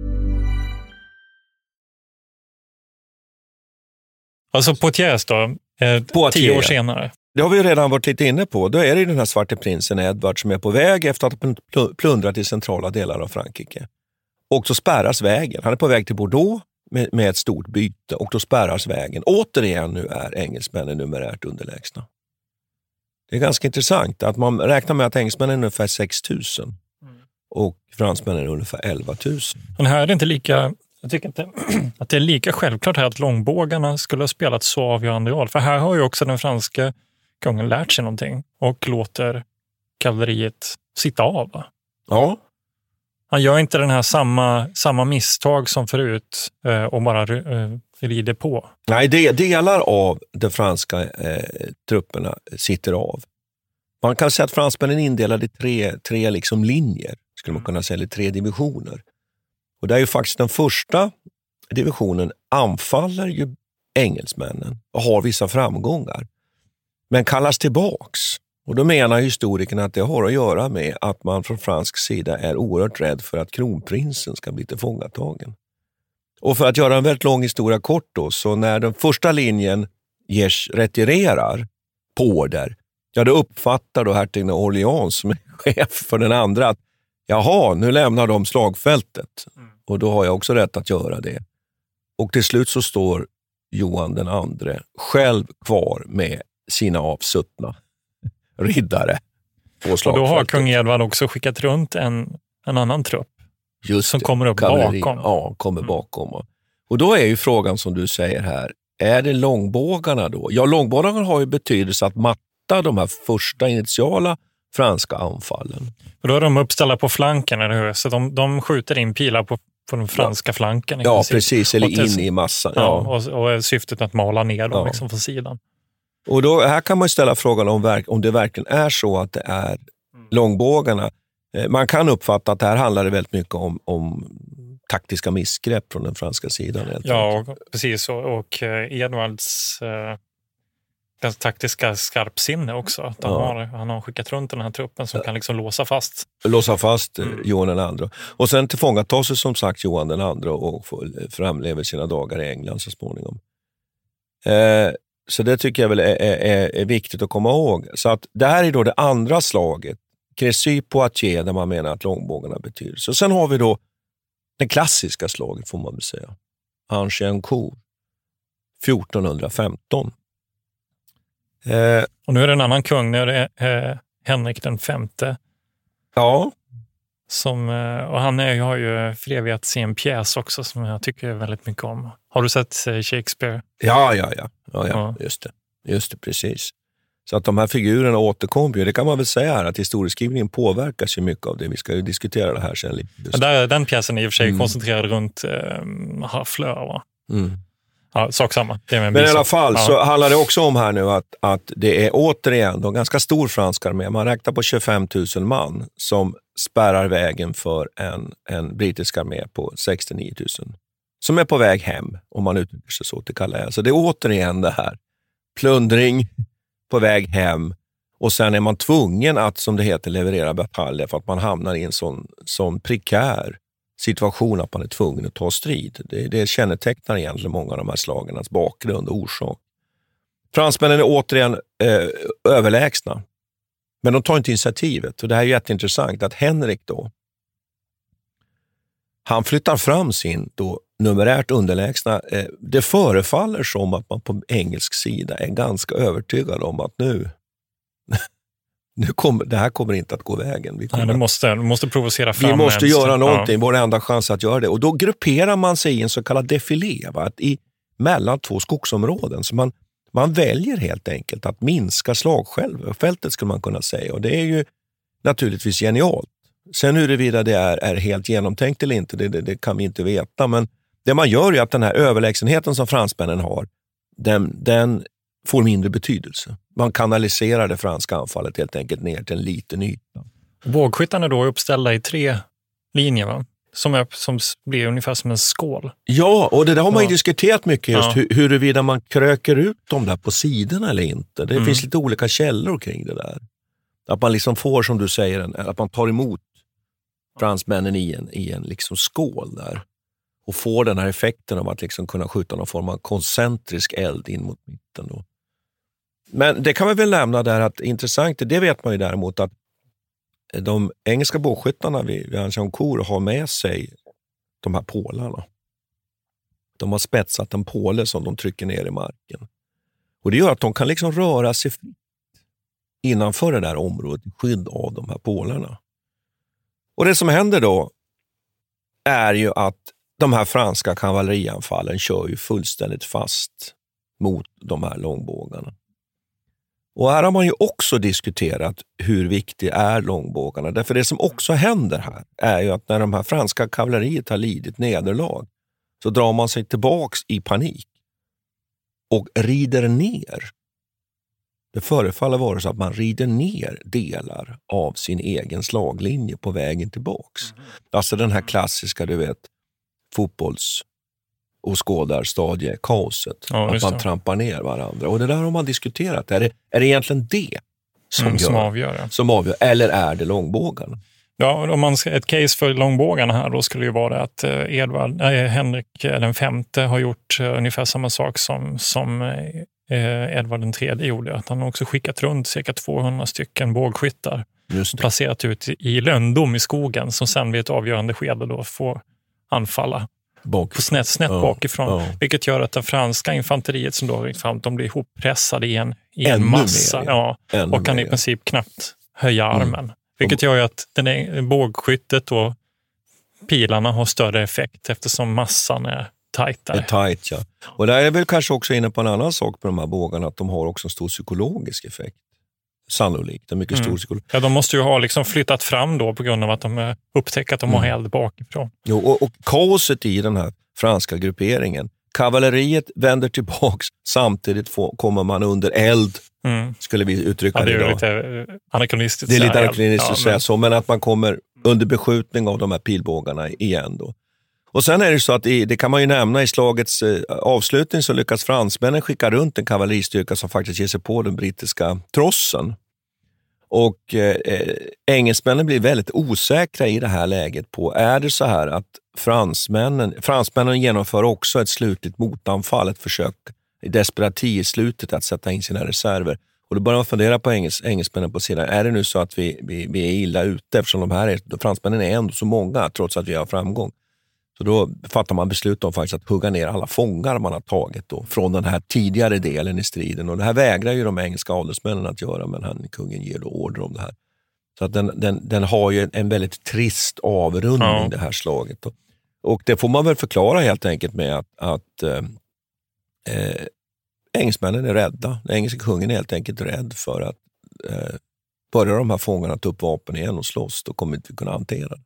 Alltså Poitiers då, eh, Poitiers, tio år senare. Det har vi ju redan varit lite inne på. Då är det den här svarte prinsen Edward som är på väg efter att ha plundrat i centrala delar av Frankrike. Och så spärras vägen. Han är på väg till Bordeaux med, med ett stort byte och då spärras vägen. Återigen nu är engelsmännen numerärt underlägsna. Det är ganska intressant att man räknar med att engelsmännen är ungefär sex tusen och fransmännen är ungefär elva tusen. Men här är det inte lika... Jag tycker inte att det är lika självklart här att långbågarna skulle ha spelat så avgörande roll. För här har ju också den franska kungen lärt sig någonting och låter kavalleriet sitta av. Va? Ja. Han gör inte den här samma, samma misstag som förut eh, och bara eh, rider på. Nej, det, delar av de franska eh, trupperna sitter av. Man kan säga att fransmännen indelade i tre, tre liksom linjer, skulle man kunna säga, eller tre divisioner. Och det är ju faktiskt den första divisionen anfaller ju engelsmännen och har vissa framgångar. Men kallas tillbaks. Och då menar historikerna att det har att göra med att man från fransk sida är oerhört rädd för att kronprinsen ska bli tillfångatagen. Och för att göra en väldigt lång historia kort då, så när den första linjen ges retirerar på order, ja då uppfattar då hertigen av Orléans som är chef för den andra att jaha, nu lämnar de slagfältet. Mm. Och då har jag också rätt att göra det. Och till slut så står Johan den andre själv kvar med sina avsuttna riddare på slagfältet. Och då har kung Edvard också skickat runt en, en annan trupp. Just som det, kommer upp kavalleri, bakom. Ja, kommer bakom. Mm. Och då är ju frågan som du säger här, är det långbågarna då? Ja, långbågarna har ju betydelse att matta möta de här första initiala franska anfallen. Och då är de uppställda på flanken, eller hur? Så de, de skjuter in pilar på, på den franska ja. flanken. Ja, princip. precis. Eller och in i massan. Ja, ja. och, och syftet att mala ner dem ja. liksom från sidan. Och då, här kan man ställa frågan om, verk, om det verkligen är så att det är långbågarna. Man kan uppfatta att det här handlar väldigt mycket om, om taktiska missgrepp från den franska sidan. Ja, och, precis. Och, och Edvards eh, taktiska skarpsinne också. Att han, ja. har, han har skickat runt den här truppen som ja. kan liksom låsa fast. Låsa fast mm. Johan den andra. Och sen tillfångatar sig som sagt Johan den andra och framlever sina dagar i England så småningom. Eh, så det tycker jag väl är, är, är viktigt att komma ihåg. Så att det här är då det andra slaget. Crécy-Poitiers, där man menar att långbågarna betyder. Så sen har vi då det klassiska slaget får man väl säga. Agincourt fjortonhundrafemton. Eh, och nu är det en annan kung, nu är det eh, Henrik den femte. Ja. Som, och han är, har ju förlevat sig en pjäs också som jag tycker väldigt mycket om. Har du sett Shakespeare? Ja, ja, ja. ja, ja. Just det. Just det, precis. Så att de här figurerna återkommer ju. Det kan man väl säga här att historieskrivningen påverkas ju mycket av det. Vi ska ju diskutera det här sen lite. Ja, där, den pjäsen är i och för sig mm. koncentrerad runt eh, Harfleur, va? Mm. Ja, sak samma. Det är med Men i alla fall ja. så handlar det också om här nu att, att det är återigen en ganska stor fransk armé. Man räknar på tjugofem tusen man som spärrar vägen för en, en brittisk armé på sextionio tusen. Som är på väg hem, om man uttrycker sig så, till Calais. Så det är återigen det här. Plundring på väg hem. Och sen är man tvungen att, som det heter, leverera bataljer för att man hamnar i en sån, sån prekär situation att man är tvungen att ta strid. Det, det kännetecknar egentligen många av de här slagarnas bakgrund och orsak. Fransmännen är återigen eh, överlägsna. Men de tar inte initiativet. Och det här är jätteintressant att Henrik då, han flyttar fram sin då numerärt underlägsna. Eh, det förefaller som att man på engelsk sida är ganska övertygad om att nu Nu kommer, det här kommer inte att gå vägen. Vi, Nej, det måste, det måste provocera fram. Vi måste göra någonting, ja. Vår enda chans att göra det. Och då grupperar man sig i en så kallad defilé, va? Att i, mellan två skogsområden. Så man, man väljer helt enkelt att minska slagfältet skulle man kunna säga. Och det är ju naturligtvis genialt. Sen huruvida det är, är helt genomtänkt eller inte, det, det, det kan vi inte veta. Men det man gör är att den här överlägsenheten som fransmännen har, den, den får mindre betydelse. Man kanaliserar det franska anfallet helt enkelt ner till en liten yta. Bågskyttarna då är uppställda i tre linjer, va? Som, är, som blir ungefär som en skål. Ja, och det där har man ju ja. diskuterat mycket just Ja. hur, huruvida man kröker ut dem där på sidorna eller inte. Det Mm. finns lite olika källor kring det där. Att man liksom får, som du säger, en, att man tar emot fransmännen i en, i en liksom skål där. Och får den här effekten av att liksom kunna skjuta någon form av koncentrisk eld in mot mitten då. Men det kan vi väl lämna där att intressant, det vet man ju däremot att de engelska bågskyttarna vid Agincourt har med sig de här pålarna. De har spetsat en påle som de trycker ner i marken. Och det gör att de kan liksom röra sig fritt innanför det där området i skydd av de här pålarna. Och det som händer då är ju att de här franska kavallerianfallen kör ju fullständigt fast mot de här långbågarna. Och här har man ju också diskuterat hur viktig är långbågarna. Därför det som också händer här är ju att när de här franska kavalleriet har lidit nederlag så drar man sig tillbaks i panik och rider ner. Det förefaller vara så att man rider ner delar av sin egen slaglinje på vägen tillbaks. Mm. Alltså den här klassiska, du vet, fotbolls- och skådarstadie kaoset. Ja, att man det. trampar ner varandra. Och det där har man diskuterat. Är det, är det egentligen det som, Mm, gör, som avgör, ja. som avgör? Eller är det långbågarna? Ja, om man ska, ett case för långbågarna här då skulle ju vara att eh, Edvard, äh, Henrik den femte har gjort uh, ungefär samma sak som, som eh, Edvard den tredje gjorde. Att han har också skickat runt cirka tvåhundra stycken bågskyttar och placerat ut i löndom i skogen som sen vid ett avgörande skede då får anfalla. Bak. På snett, snett ja, bakifrån. Ja. Vilket gör att det franska infanteriet som då fram, de blir ihoppressade i en, i en Ännu massa. mer, ja, Ännu och kan mer, i princip knappt höja armen. Mm. Vilket gör ju att den är, bågskyttet och pilarna har större effekt eftersom massan är tajtare. Är tajt, ja. Och där är väl kanske också inne på en annan sak på de här bågarna, att de har också en stor psykologisk effekt. sannolikt. En mycket Mm. stor psykolog. Ja, de måste ju ha liksom flyttat fram då på grund av att de upptäcker att de har Mm. eld bakifrån. Jo, och, och kaoset i den här franska grupperingen. Kavalleriet vänder tillbaks, samtidigt får, kommer man under eld, Mm. skulle vi uttrycka Ja, det det är ju idag. lite eh, anakronistiskt. Det är lite så här. anakronistiskt Ja, att säga men- så, men att man kommer under beskjutning av de här pilbågarna igen då. Och sen är det så att i, det kan man ju nämna i slagets eh, avslutning så lyckas fransmännen skicka runt en kavalleristyrka som faktiskt ger sig på den brittiska trossen. Och eh, engelsmännen blir väldigt osäkra i det här läget på, är det så här att fransmännen, fransmännen genomför också ett slutligt motanfall, ett försök i desperati i slutet att sätta in sina reserver. Och då börjar man fundera på engels, engelsmännen på sidan, är det nu så att vi, vi, vi är illa ute eftersom de här är, fransmännen är ändå så många trots att vi har framgång. Så då fattar man beslut om faktiskt att hugga ner alla fångar man har tagit då, från den här tidigare delen i striden. Och det här vägrar ju de engelska adelsmännen att göra, men han, kungen ger då order om det här. Så att den, den, den har ju en väldigt trist avrundning, Ja. det här slaget. Då. Och det får man väl förklara helt enkelt med att, att eh, eh, engelsmännen är rädda. Den engelska kungen är helt enkelt rädd för att eh, börjar de här fångarna ta upp vapen igen och slåss, då kommer vi inte kunna hantera det.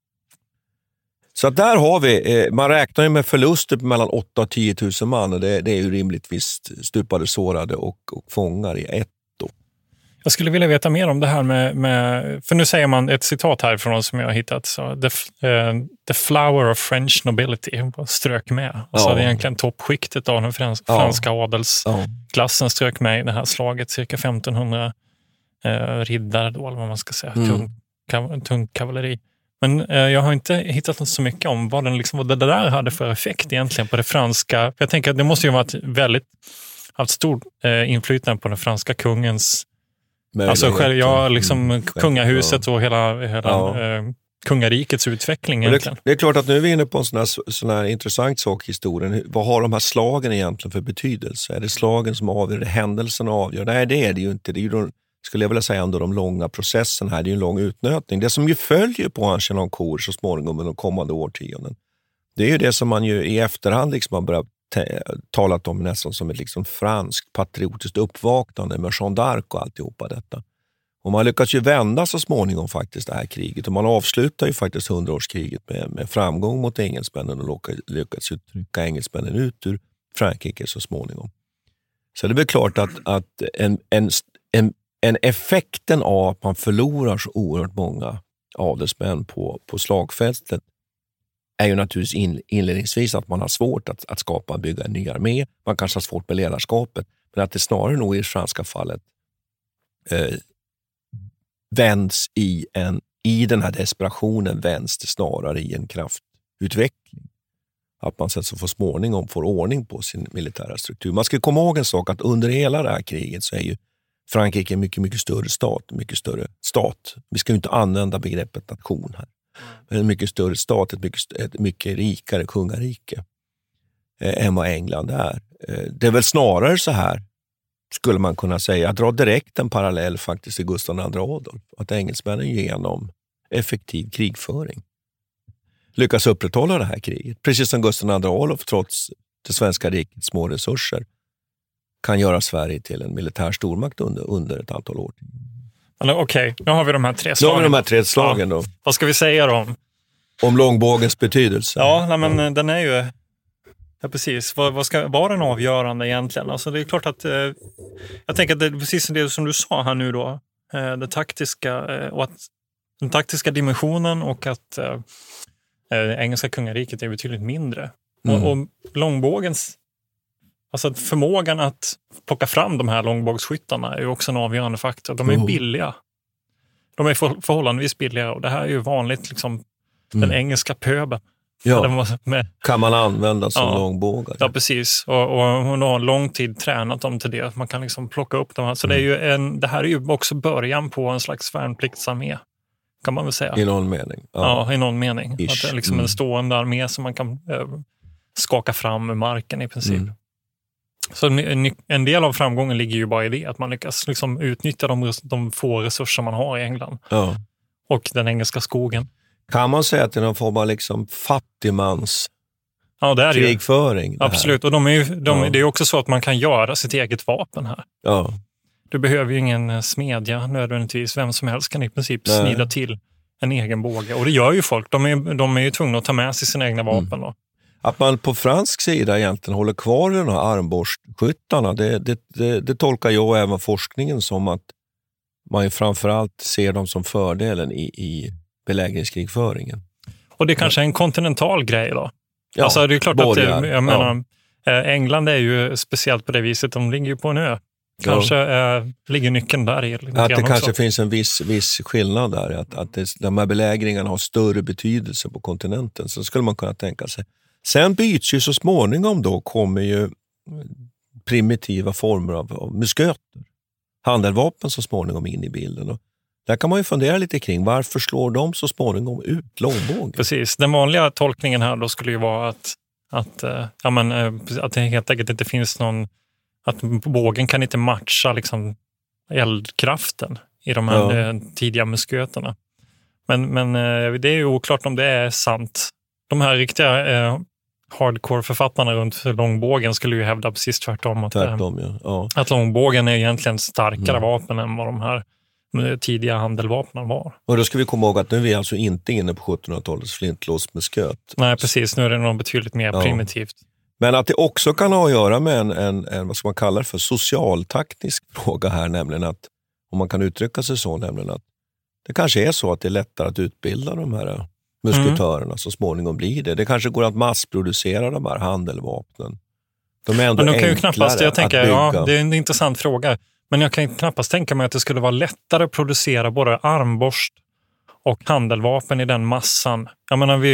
Så att där har vi, eh, man räknar ju med förluster på mellan åtta och tio tusen man och det, det är ju rimligtvis stupade, sårade och, och fångar i ett då. Jag skulle vilja veta mer om det här med, med för nu säger man ett citat härifrån som jag har hittat. Så, the, uh, the flower of French nobility strök med. Alltså Ja. det är egentligen toppskiktet av den frans, Ja. franska adelsklassen Ja. strök med i det här slaget. Cirka femtonhundra uh, riddare då, eller vad man ska säga. Mm. Tung, kav, tung kavalleri. Men eh, jag har inte hittat något så mycket om vad, den liksom, vad det där hade för effekt egentligen på det franska. För jag tänker att det måste ju ha varit väldigt, haft stor eh, inflytande på den franska kungens, alltså själv, ja, liksom Mm. kungahuset och hela, hela Ja. eh, kungarikets utveckling Och egentligen. Det, det är klart att nu är vi inne på en sån här, sån här intressant sak i historien. Hur- Vad har de här slagen egentligen för betydelse? Är det slagen som avgör? Är det händelserna avgör? Nej, det är det ju inte. Det är ju de, skulle jag vilja säga, ändå de långa processerna här. Det är ju en lång utnötning. Det som ju följer på Agincourt så småningom under de kommande årtionden, det är ju det som man ju i efterhand liksom har börjat te- talat om nästan som ett liksom franskt patriotiskt uppvaknande med Jeanne d'Arc och alltihopa detta. Och man lyckas ju vända så småningom faktiskt det här kriget. Och man avslutar ju faktiskt hundraårskriget med, med framgång mot engelsmännen och lyckas, lyckas ju trycka engelsmännen ut ur Frankrike så småningom. Så det är väl klart att, att en, en, en, en effekten av att man förlorar så oerhört många adelsmän på, på slagfältet är ju naturligtvis in, inledningsvis att man har svårt att, att skapa och bygga en ny armé. Man kanske har svårt med ledarskapet. Men att det snarare nog i det franska fallet eh, vänds i en, i den här desperationen vänds det snarare i en kraftutveckling. Att man sen så får småningom får ordning på sin militära struktur. Man ska komma ihåg en sak, att under hela det här kriget så är ju Frankrike en mycket, mycket större stat, mycket större stat. Vi ska ju inte använda begreppet nation här. Men en mycket större stat, ett mycket, ett mycket rikare kungarike eh, än vad England är. Eh, det är väl snarare så här, skulle man kunna säga, att dra direkt en parallell faktiskt till Gustav den andre Adolf. Att engelsmännen genom effektiv krigföring lyckas upprätthålla det här kriget. Precis som Gustav den andre Adolf, trots det svenska rikets små resurser, kan göra Sverige till en militär stormakt under, under ett antal år. Okej, okay, nu har vi de här tre Nu slagen. har vi de här tre slagen då. Ja. Vad ska vi säga då om? Om långbågens betydelse. Ja, nej, men mm. den är ju... Ja, precis. Vad, vad ska vara den avgörande egentligen? Alltså det är klart att... Eh, jag tänker att det är precis det som du sa här nu då. Eh, det taktiska, eh, och att, den taktiska dimensionen och att eh, det engelska kungariket är betydligt mindre. Mm. Och, och långbågens... Alltså förmågan att plocka fram de här långbågsskyttarna är ju också en avgörande faktor. De är oh. billiga. De är för, förhållandevis billiga och det här är ju vanligt liksom mm. den engelska pöben. Ja, med, kan man använda som ja, långbågar. Ja, precis. Och, och hon har lång tid tränat dem till det. Man kan liksom plocka upp dem här. Så mm. det, är ju en, det här är ju också början på en slags värnpliktsarmé, kan man väl säga. I någon mening. Ja, ja i någon mening. Ish. Att det är liksom mm. en stående armé som man kan äh, skaka fram ur marken i princip. Mm. Så en, en del av framgången ligger ju bara i det. Att man lyckas liksom utnyttja de, de få resurser man har i England. Ja. Och den engelska skogen. Kan man säga att det är någon form av liksom fattigmans ja, det är krigföring? Det Absolut, och de är ju, de, ja. det är också så att man kan göra sitt eget vapen här. Ja. Du behöver ju ingen smedja nödvändigtvis. Vem som helst kan i princip Nej. snida till en egen båge. Och det gör ju folk. De är, de är ju tvungna att ta med sig sina egna vapen. Mm. Då. Att man på fransk sida egentligen håller kvar i de här armborstskyttarna, det, det, det, det tolkar jag och även forskningen som att man ju framförallt ser dem som fördelen i, i belägringskrigföringen. Och det är kanske är en kontinental grej då? Ja, alltså det är klart borgar, att det, jag menar, ja. England är ju speciellt på det viset, de ligger ju på en ö. Kanske ja. äh, ligger nyckeln där i. Att det också. kanske finns en viss, viss skillnad där, att, att det, de här belägringarna har större betydelse på kontinenten, så skulle man kunna tänka sig. Sen byts ju så småningom då, kommer ju primitiva former av, av musköter. Handeldvapen så småningom in i bilden. Och där kan man ju fundera lite kring, varför slår de så småningom ut långbågen? Precis, den vanliga tolkningen här då skulle ju vara att, att, ja, men, att det helt enkelt inte finns någon, att bågen kan inte matcha liksom eldkraften i de här ja. tidiga musköterna. Men, men det är ju oklart om det är sant. De här riktiga eh, hardcore-författarna runt långbågen skulle ju hävda precis tvärtom. Att, tvärtom ja. Ja. att långbågen är egentligen starkare mm. vapen än vad de här tidiga handeldvapnen var. Och då ska vi komma ihåg att nu är vi alltså inte inne på sjuttonhundratalets flintlåsmusköt. Nej, precis. Nu är det nog betydligt mer ja. primitivt. Men att det också kan ha att göra med en, en, en vad ska man kalla det för, socialtaktisk fråga här, nämligen att, om man kan uttrycka sig så, nämligen att det kanske är så att det är lättare att utbilda de här musketörerna mm. så småningom blir det. Det kanske går att massproducera de här handeldvapnen. De är ändå men de kan ju enklare knappast, jag tänker, att bygga. Ja, det är en intressant fråga. Men jag kan knappast tänka mig att det skulle vara lättare att producera både armborst och handeldvapen i den massan. Jag menar, vi,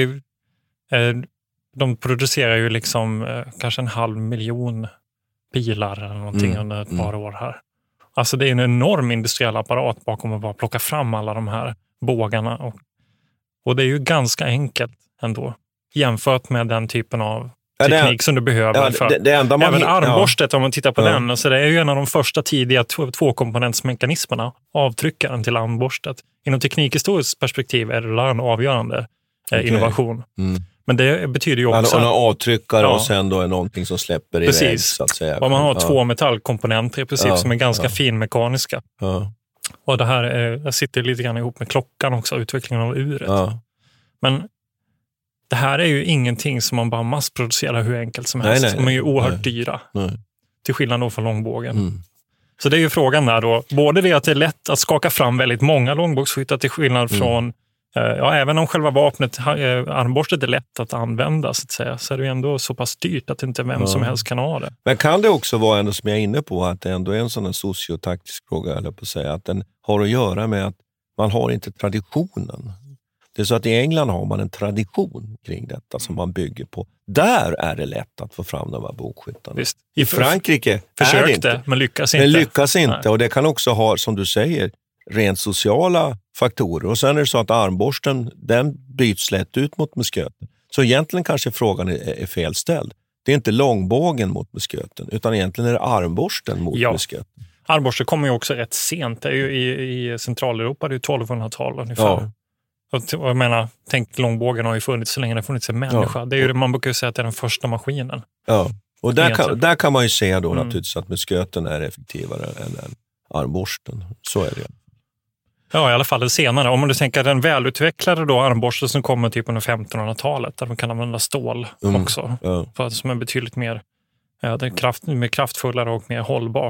eh, de producerar ju liksom eh, kanske en halv miljon bilar eller någonting mm. under ett par mm. år här. Alltså det är en enorm industriell apparat bakom att bara plocka fram alla de här bågarna. Och, och det är ju ganska enkelt ändå jämfört med den typen av teknik ja, det, som du behöver. Ja, för. Det, det enda man Även hit, armborstet, ja. om man tittar på ja. den, alltså det är ju en av de första tidiga tvåkomponentsmekanismerna, avtryckaren till armborstet. Inom teknikhistoriskt perspektiv är det en avgörande eh, okay. innovation. Mm. Men det betyder ju också... Man har avtryckare ja. och sen då är någonting som släpper precis. iväg så att säga. Och man har ja. två metallkomponenter i princip ja. som är ganska ja. finmekaniska. Ja. Och det här är, jag sitter lite grann ihop med klockan också, utvecklingen av uret. Ja. Men det här är ju ingenting som man bara massproducerar hur enkelt som helst. Nej, nej, De är ju oerhört nej. dyra. Nej. Till skillnad då från långbågen. Mm. Så det är ju frågan där då. Både det att det är lätt att skaka fram väldigt många långbågsskyttar till skillnad mm. från ja, även om själva vapnet, armborstet är lätt att använda så att säga, så är det ju ändå så pass dyrt att inte vem ja. som helst kan ha det. Men kan det också vara ändå, som jag är inne på, att det ändå är en sån här sociotaktisk fråga, eller på att säga, att den har att göra med att man har inte traditionen. Det är så att i England har man en tradition kring detta som man bygger på. Där är det lätt att få fram de här bågskyttarna. Visst. I Frankrike Försökte, är det inte. men lyckas inte. Men lyckas inte. Nej. Och det kan också ha, som du säger, rent sociala faktorer. Och sen är det så att armborsten, den byts lätt ut mot musköten. Så egentligen kanske frågan är, är felställd. Det är inte långbågen mot musköten, utan egentligen är det armborsten mot ja. musköten. Armborsten kommer ju också rätt sent. Det är ju i, i Centraleuropa, det är ju tolvhundratal ungefär. Ja. Och jag menar, tänk, långbågen har ju funnits så länge det har funnits en människa. Ja. Det är ju, man brukar ju säga att det är den första maskinen. Ja, och där kan, där kan man ju se då mm. naturligtvis att musköten är effektivare än, än armborsten. Så är det. Ja, i alla fall det senare. Om du tänker den välutvecklade då armborsten som kommer typ under femtonhundratalet, där man kan använda stål mm. också. Ja. För att som är betydligt mer, ja, det är kraft, mer kraftfullare och mer hållbart.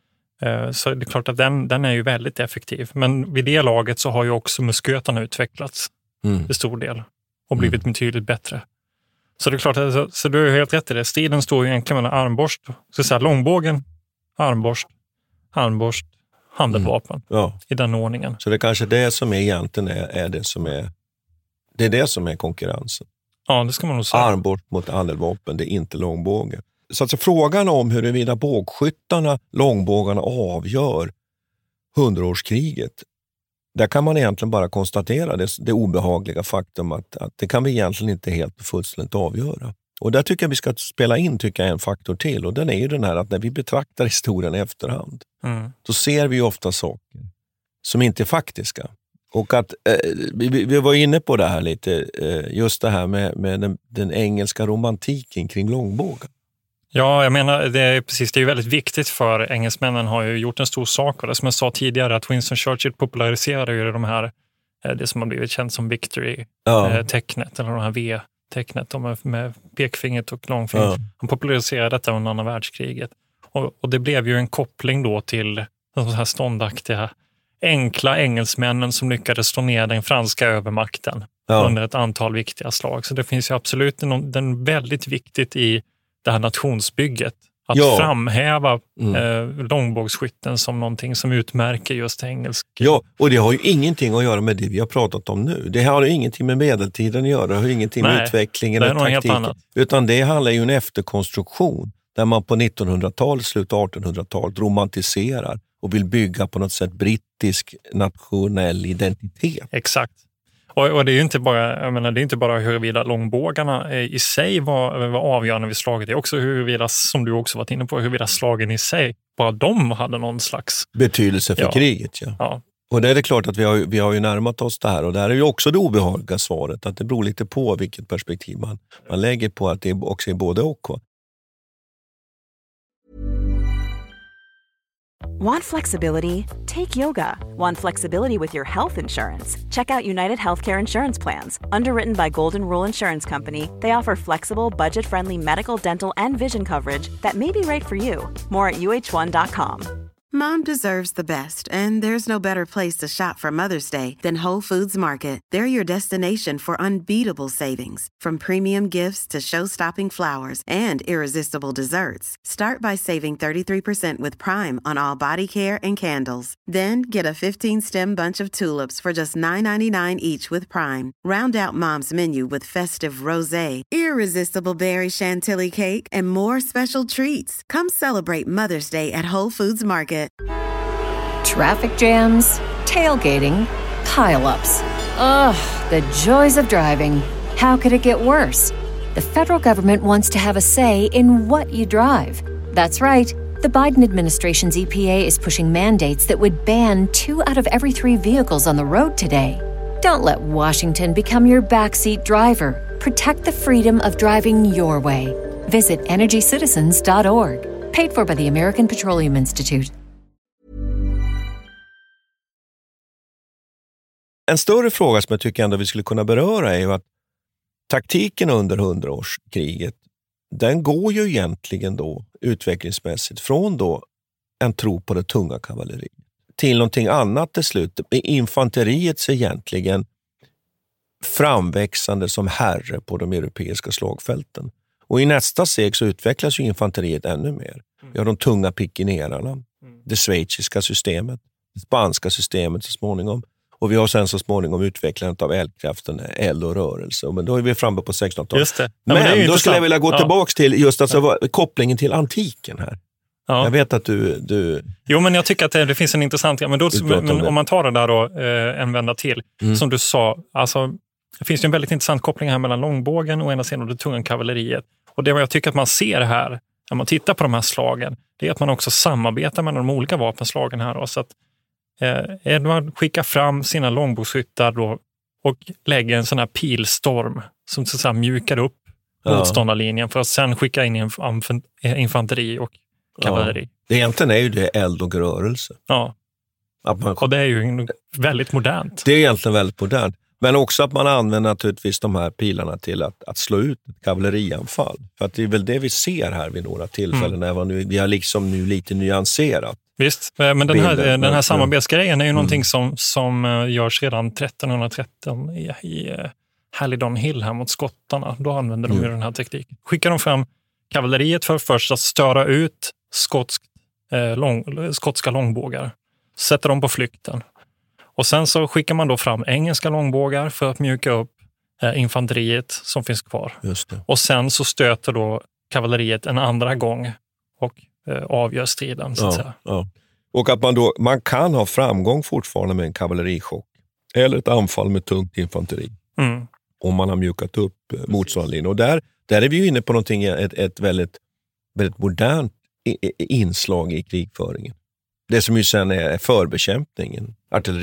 Så det är klart att den, den är ju väldigt effektiv. Men vid det laget så har ju också muskötarna utvecklats mm. till stor del och blivit mm. betydligt bättre. Så det är klart att så, så du är helt rätt i det. Striden står ju egentligen mellan armborst, så så här, långbågen, armborst, armborst, handeldvapen mm. ja. i den ordningen. Så det är kanske det som är egentligen är, är det som är det är det som är konkurrensen. Ja, det ska man nog säga. Armborst mot handeldvapen, det är inte långbågen. Så alltså frågan om huruvida bågskyttarna, långbågarna avgör hundraårskriget, där kan man egentligen bara konstatera det, det obehagliga faktum att, att det kan vi egentligen inte helt och fullständigt avgöra. Och där tycker jag vi ska spela in tycker jag en faktor till, och den är ju den här att när vi betraktar historien i efterhand mm. då ser vi ofta saker som inte är faktiska. Och att eh, vi, vi var inne på det här lite, eh, just det här med, med den, den engelska romantiken kring långbågen. Ja, jag menar, det är precis, det är ju väldigt viktigt för engelsmännen har ju gjort en stor sak av det. Som jag sa tidigare, att Winston Churchill populariserade ju de här, det som har blivit känt som victory-tecknet, ja. eller de här V-tecknet med, med pekfingret och långfingret. Ja. Han populariserade detta under andra världskriget. Och, och det blev ju en koppling då till de här ståndaktiga, enkla engelsmännen som lyckades slå ner den franska övermakten ja. under ett antal viktiga slag. Så det finns ju absolut en, den väldigt viktigt i det här nationsbygget. Att ja. framhäva mm. eh, långbågsskytten som någonting som utmärker just engelsk. Ja, och det har ju ingenting att göra med det vi har pratat om nu. Det har ju ingenting med medeltiden att göra, det har ingenting med Nej, utvecklingen eller taktiken. Utan det handlar ju om en efterkonstruktion där man på nittonhundratalet, slut artonhundratalet romantiserar och vill bygga på något sätt brittisk nationell identitet. Exakt. Och, och det är ju inte bara, jag menar, det är inte bara huruvida långbågarna i sig var, var avgörande vid slaget. Det är också huruvida, som du också varit inne på, huruvida slagen i sig, bara de hade någon slags betydelse för ja. kriget. Ja. Ja. Och det är det klart att vi har, vi har ju närmat oss det här. Och det här är ju också det obehagliga svaret. Att det beror lite på vilket perspektiv man, man lägger på att det också är både och. Va? Want flexibility? Take yoga. Want flexibility with your health insurance? Check out United Healthcare Insurance Plans. Underwritten by Golden Rule Insurance Company, they offer flexible, budget-friendly medical, dental, and vision coverage that may be right for you. More at U H one dot com. Mom deserves the best, and there's no better place to shop for Mother's Day than Whole Foods Market. They're your destination for unbeatable savings, from premium gifts to show-stopping flowers and irresistible desserts. Start by saving thirty-three percent with Prime on all body care and candles. Then get a fifteen-stem bunch of tulips for just nine ninety-nine each with Prime. Round out Mom's menu with festive rosé, irresistible berry chantilly cake, and more special treats. Come celebrate Mother's Day at Whole Foods Market. Traffic jams, tailgating, pile-ups. Ugh, the joys of driving. How could it get worse? The federal government wants to have a say in what you drive. That's right. The Biden administration's E P A is pushing mandates that would ban two out of every three vehicles on the road today. Don't let Washington become your backseat driver. Protect the freedom of driving your way. Visit energy citizens dot org. Paid for by the American Petroleum Institute. En större fråga som jag tycker ändå vi skulle kunna beröra är ju att taktiken under hundraårskriget, den går ju egentligen då utvecklingsmässigt från då en tro på det tunga kavalleriet till någonting annat till slut. Infanteriet är egentligen framväxande som herre på de europeiska slagfälten. Och i nästa steg så utvecklas ju infanteriet ännu mer. Vi har de tunga pikinerarna, det schweiziska systemet, det spanska systemet så småningom. Och vi har sen så småningom utvecklandet av eldkraften, eld och rörelse. Men då är vi framme på sextonhundratalet. Just det. Ja, men men det då skulle jag vilja gå ja. tillbaka till just alltså, ja. kopplingen till antiken här. Ja. Jag vet att du, du... Jo, men jag tycker att det, det finns en intressant... Men, då, men om, om man tar det där då eh, en vända till. Mm. Som du sa, alltså, det finns ju en väldigt intressant koppling här mellan långbågen och ena sidan och det tunga kavalleriet. Och det jag tycker att man ser här, när man tittar på de här slagen, det är att man också samarbetar med de olika vapenslagen här. Då, så att eh, Edward skickar fram sina långbågsskyttar då och lägger en sån här pilstorm som så att säga mjukar upp ja. motståndarlinjen för att sen skicka in infanteri och kavalleri. Ja. Det egentligen är ju det eld och rörelse. Ja, att man... och det är ju väldigt modernt. Det är egentligen väldigt modernt. Men också att man använder naturligtvis de här pilarna till att, att slå ut ett kavallerianfall. För att det är väl det vi ser här vid några tillfällen. Mm. När nu, vi har liksom nu lite nyanserat. Visst, men den här, den här samarbetsgrejen är ju mm. någonting som, som görs redan trettonhundratretton i, i Halidon Hill här mot skottarna. Då använder de mm. ju den här tekniken. Skickar de fram kavalleriet för först att störa ut skotsk, eh, lång, skotska långbågar. Sätter dem på flykten. Och sen så skickar man då fram engelska långbågar för att mjuka upp eh, infanteriet som finns kvar. Just det. Och sen så stöter då kavalleriet en andra gång och eh, avgör striden så att ja, säga. Ja. Och att man då man kan ha framgång fortfarande med en kavallerichock eller ett anfall med tungt infanteri. Mm. Om man har mjukat upp eh, motståndarlinjen. Och där, där är vi ju inne på någonting, ett, ett väldigt, väldigt modernt inslag i krigföringen. Det som ju sen är förbekämpningen,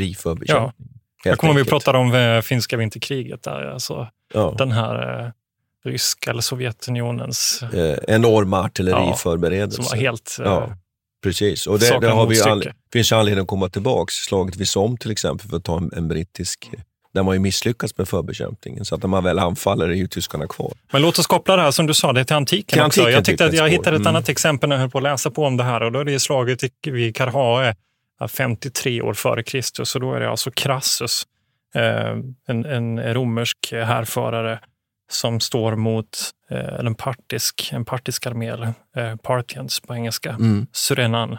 artilleriförbekämpningen. Ja. Jag kommer vi prata om finska vinterkriget där. Alltså, ja. Den här ryska eller Sovjetunionens eh, enorma artilleriförberedelse. Ja, som var helt... Ja, eh, precis. Och det, det har vi all, finns anledning att komma tillbaka. Slaget vid Somme till exempel, för att ta en, en brittisk... Där man ju misslyckats med förbekämpningen. Så att när man väl anfaller är ju tyskarna kvar. Men låt oss koppla det här som du sa, det till antiken, till antiken också. Jag tyckte att jag hittade ett mm. annat exempel när jag höll på att läsa på om det här. Och då är det slaget vid Karhae femtiotre år före Kristus. Och då är det alltså Crassus, eh, en, en romersk härförare som står mot eh, en partisk, en partisk armé, eh, Parthians på engelska, mm. Surenan.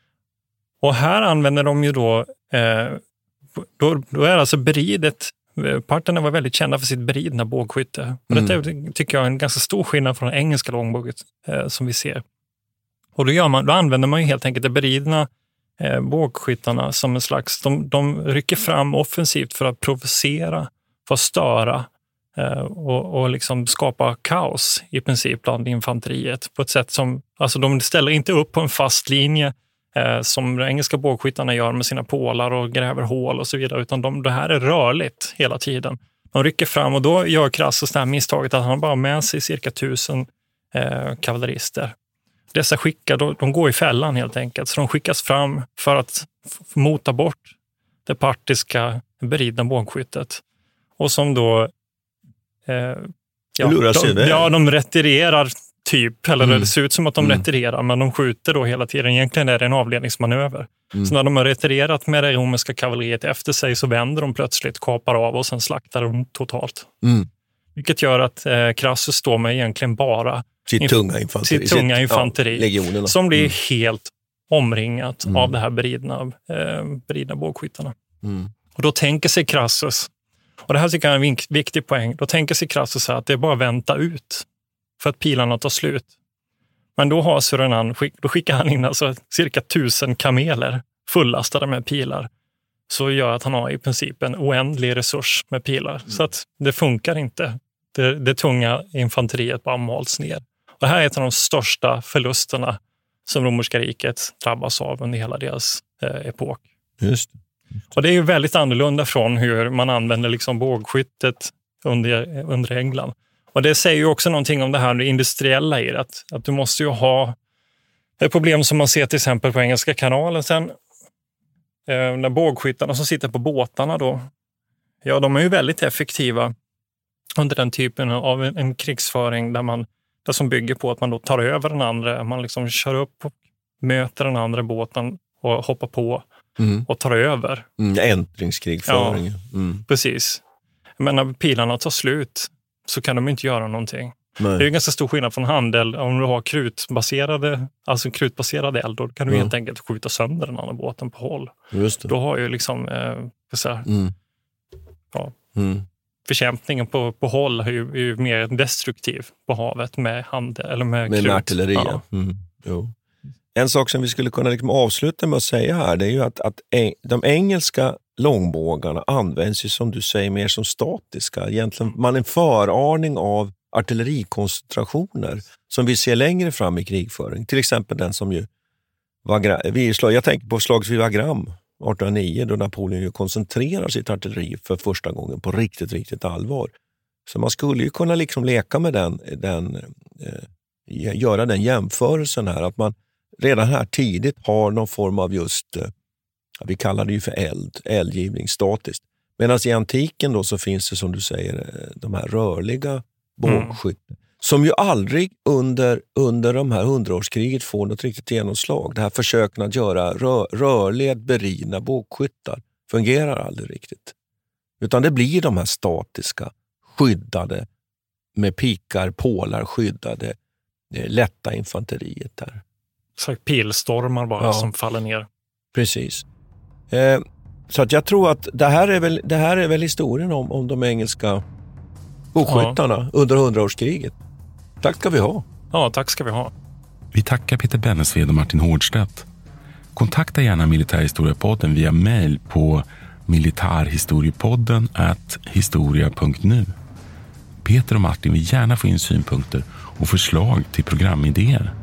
Och här använder de ju då... Eh, Då, då är alltså beridet, parterna var väldigt kända för sitt beridna bågskytte. Och mm. detta tycker jag är en ganska stor skillnad från engelska långbåget eh, som vi ser. Och då, gör man, då använder man ju helt enkelt de beridna eh, bågskyttarna som en slags, de, de rycker fram offensivt för att provocera, för att störa eh, och, och liksom skapa kaos i princip bland infanteriet på ett sätt som, alltså de ställer inte upp på en fast linje Eh, som de engelska bågskyttarna gör med sina pålar och gräver hål och så vidare, utan de, det här är rörligt hela tiden. De rycker fram och då gör Crassus det här misstaget att han bara med sig cirka tusen eh, kavallerister. Dessa skickar, de, de går i fällan helt enkelt, så de skickas fram för att f- mota bort det partiska beridna bågskyttet. Och som då eh, ja, de, ja, de retirerar typ, eller mm. det ser ut som att de mm. retirerar, men de skjuter då hela tiden. Egentligen är det en avledningsmanöver. Mm. Så när de har retirerat med det romerska kavalleriet efter sig så vänder de plötsligt, kapar av och sen slaktar de totalt. Mm. Vilket gör att eh, Crassus står med egentligen bara sitt inf- tunga infanteri, sitt tunga infanteri ja, som blir mm. helt omringat mm. av det här beridna, eh, beridna bågskyttarna. Mm. Och då tänker sig Crassus, och det här tycker jag är en viktig poäng, då tänker sig Crassus att det är bara att vänta ut för att pilarna tar slut. Men då har Surenan, då skickar han in alltså cirka tusen kameler fullastade med pilar. Så gör att han har i princip en oändlig resurs med pilar. Mm. Så att det funkar inte. Det, det tunga infanteriet bara mals ner. Och det här är ett av de största förlusterna som romerska riket drabbas av under hela deras eh, epok. Just. Och det är ju väldigt annorlunda från hur man använder liksom bågskyttet under, under England. Och det säger ju också någonting om det här industriella i det. Att, att du måste ju ha ett problem som man ser till exempel på Engelska kanalen sen. Eh, när bågskyttarna som sitter på båtarna då. Ja, de är ju väldigt effektiva under den typen av en, en krigsföring där man, där som bygger på att man då tar över den andra. Man liksom kör upp och möter den andra båten och hoppar på mm. och tar över. Mm, äntringskrigföring. Ja, mm. precis. Men när pilarna tar slut så kan de inte göra någonting. Nej. Det är ju ganska stor skillnad från handel. Om du har krutbaserade, alltså krutbaserade eld, då kan du ja. helt enkelt skjuta sönder den andra båten på håll. Just det. Då har ju liksom eh, så här, mm. ja, mm. förkämpningen på, på håll är ju, är ju mer destruktiv på havet med handel eller med, med krut. Med artilleri, ja. mm. Jo. En sak som vi skulle kunna liksom avsluta med att säga här, det är ju att, att de engelska långbågarna används ju som du säger mer som statiska. Egentligen man är en föraning av artillerikoncentrationer som vi ser längre fram i krigföring. Till exempel den som ju Wagram, vi slag, jag tänker på slaget vid Wagram arton nio då Napoleon ju koncentrerar sitt artilleri för första gången på riktigt, riktigt allvar. Så man skulle ju kunna liksom leka med den, den eh, göra den jämförelsen här, att man redan här tidigt har någon form av just, eh, vi kallar det ju för eld, eldgivning statiskt. Medan i antiken då så finns det som du säger de här rörliga bågskytten. Mm. Som ju aldrig under, under de här hundraårskriget får något riktigt genomslag. Det här försöken att göra rör, rörligt beridna bågskyttar fungerar aldrig riktigt. Utan det blir de här statiska, skyddade, med pikar, pålar skyddade, lätta infanteriet där. Så pilstormar bara ja. som faller ner. Precis. Eh, så att jag tror att det här är väl, det här är väl historien om, om de engelska bågskyttarna ja. under hundraårskriget. Tack ska vi ha. Ja, tack ska vi ha. Vi tackar Peter Bennesved och Martin Hårdstedt. Kontakta gärna Militärhistoriepodden via mail på militarhistoriepodden at historia punkt nu. Peter och Martin vill gärna få in synpunkter och förslag till programidéer.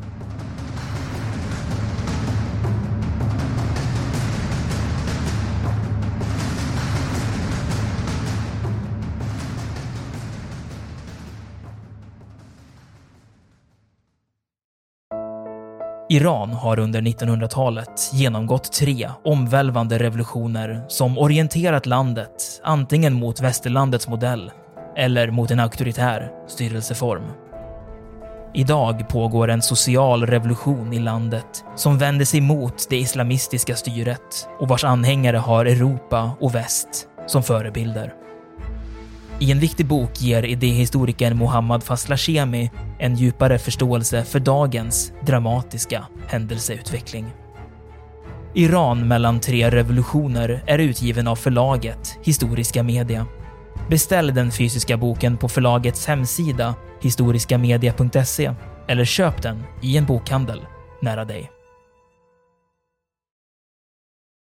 Iran har under nittonhundratalet genomgått tre omvälvande revolutioner som orienterat landet antingen mot västerlandets modell eller mot en auktoritär styrelseform. Idag pågår en social revolution i landet som vänder sig mot det islamistiska styret och vars anhängare har Europa och väst som förebilder. I en viktig bok ger idéhistorikern Mohammad Faslashemi en djupare förståelse för dagens dramatiska händelseutveckling. Iran mellan tre revolutioner är utgiven av förlaget Historiska Media. Beställ den fysiska boken på förlagets hemsida historiskamedia punkt se eller köp den i en bokhandel nära dig.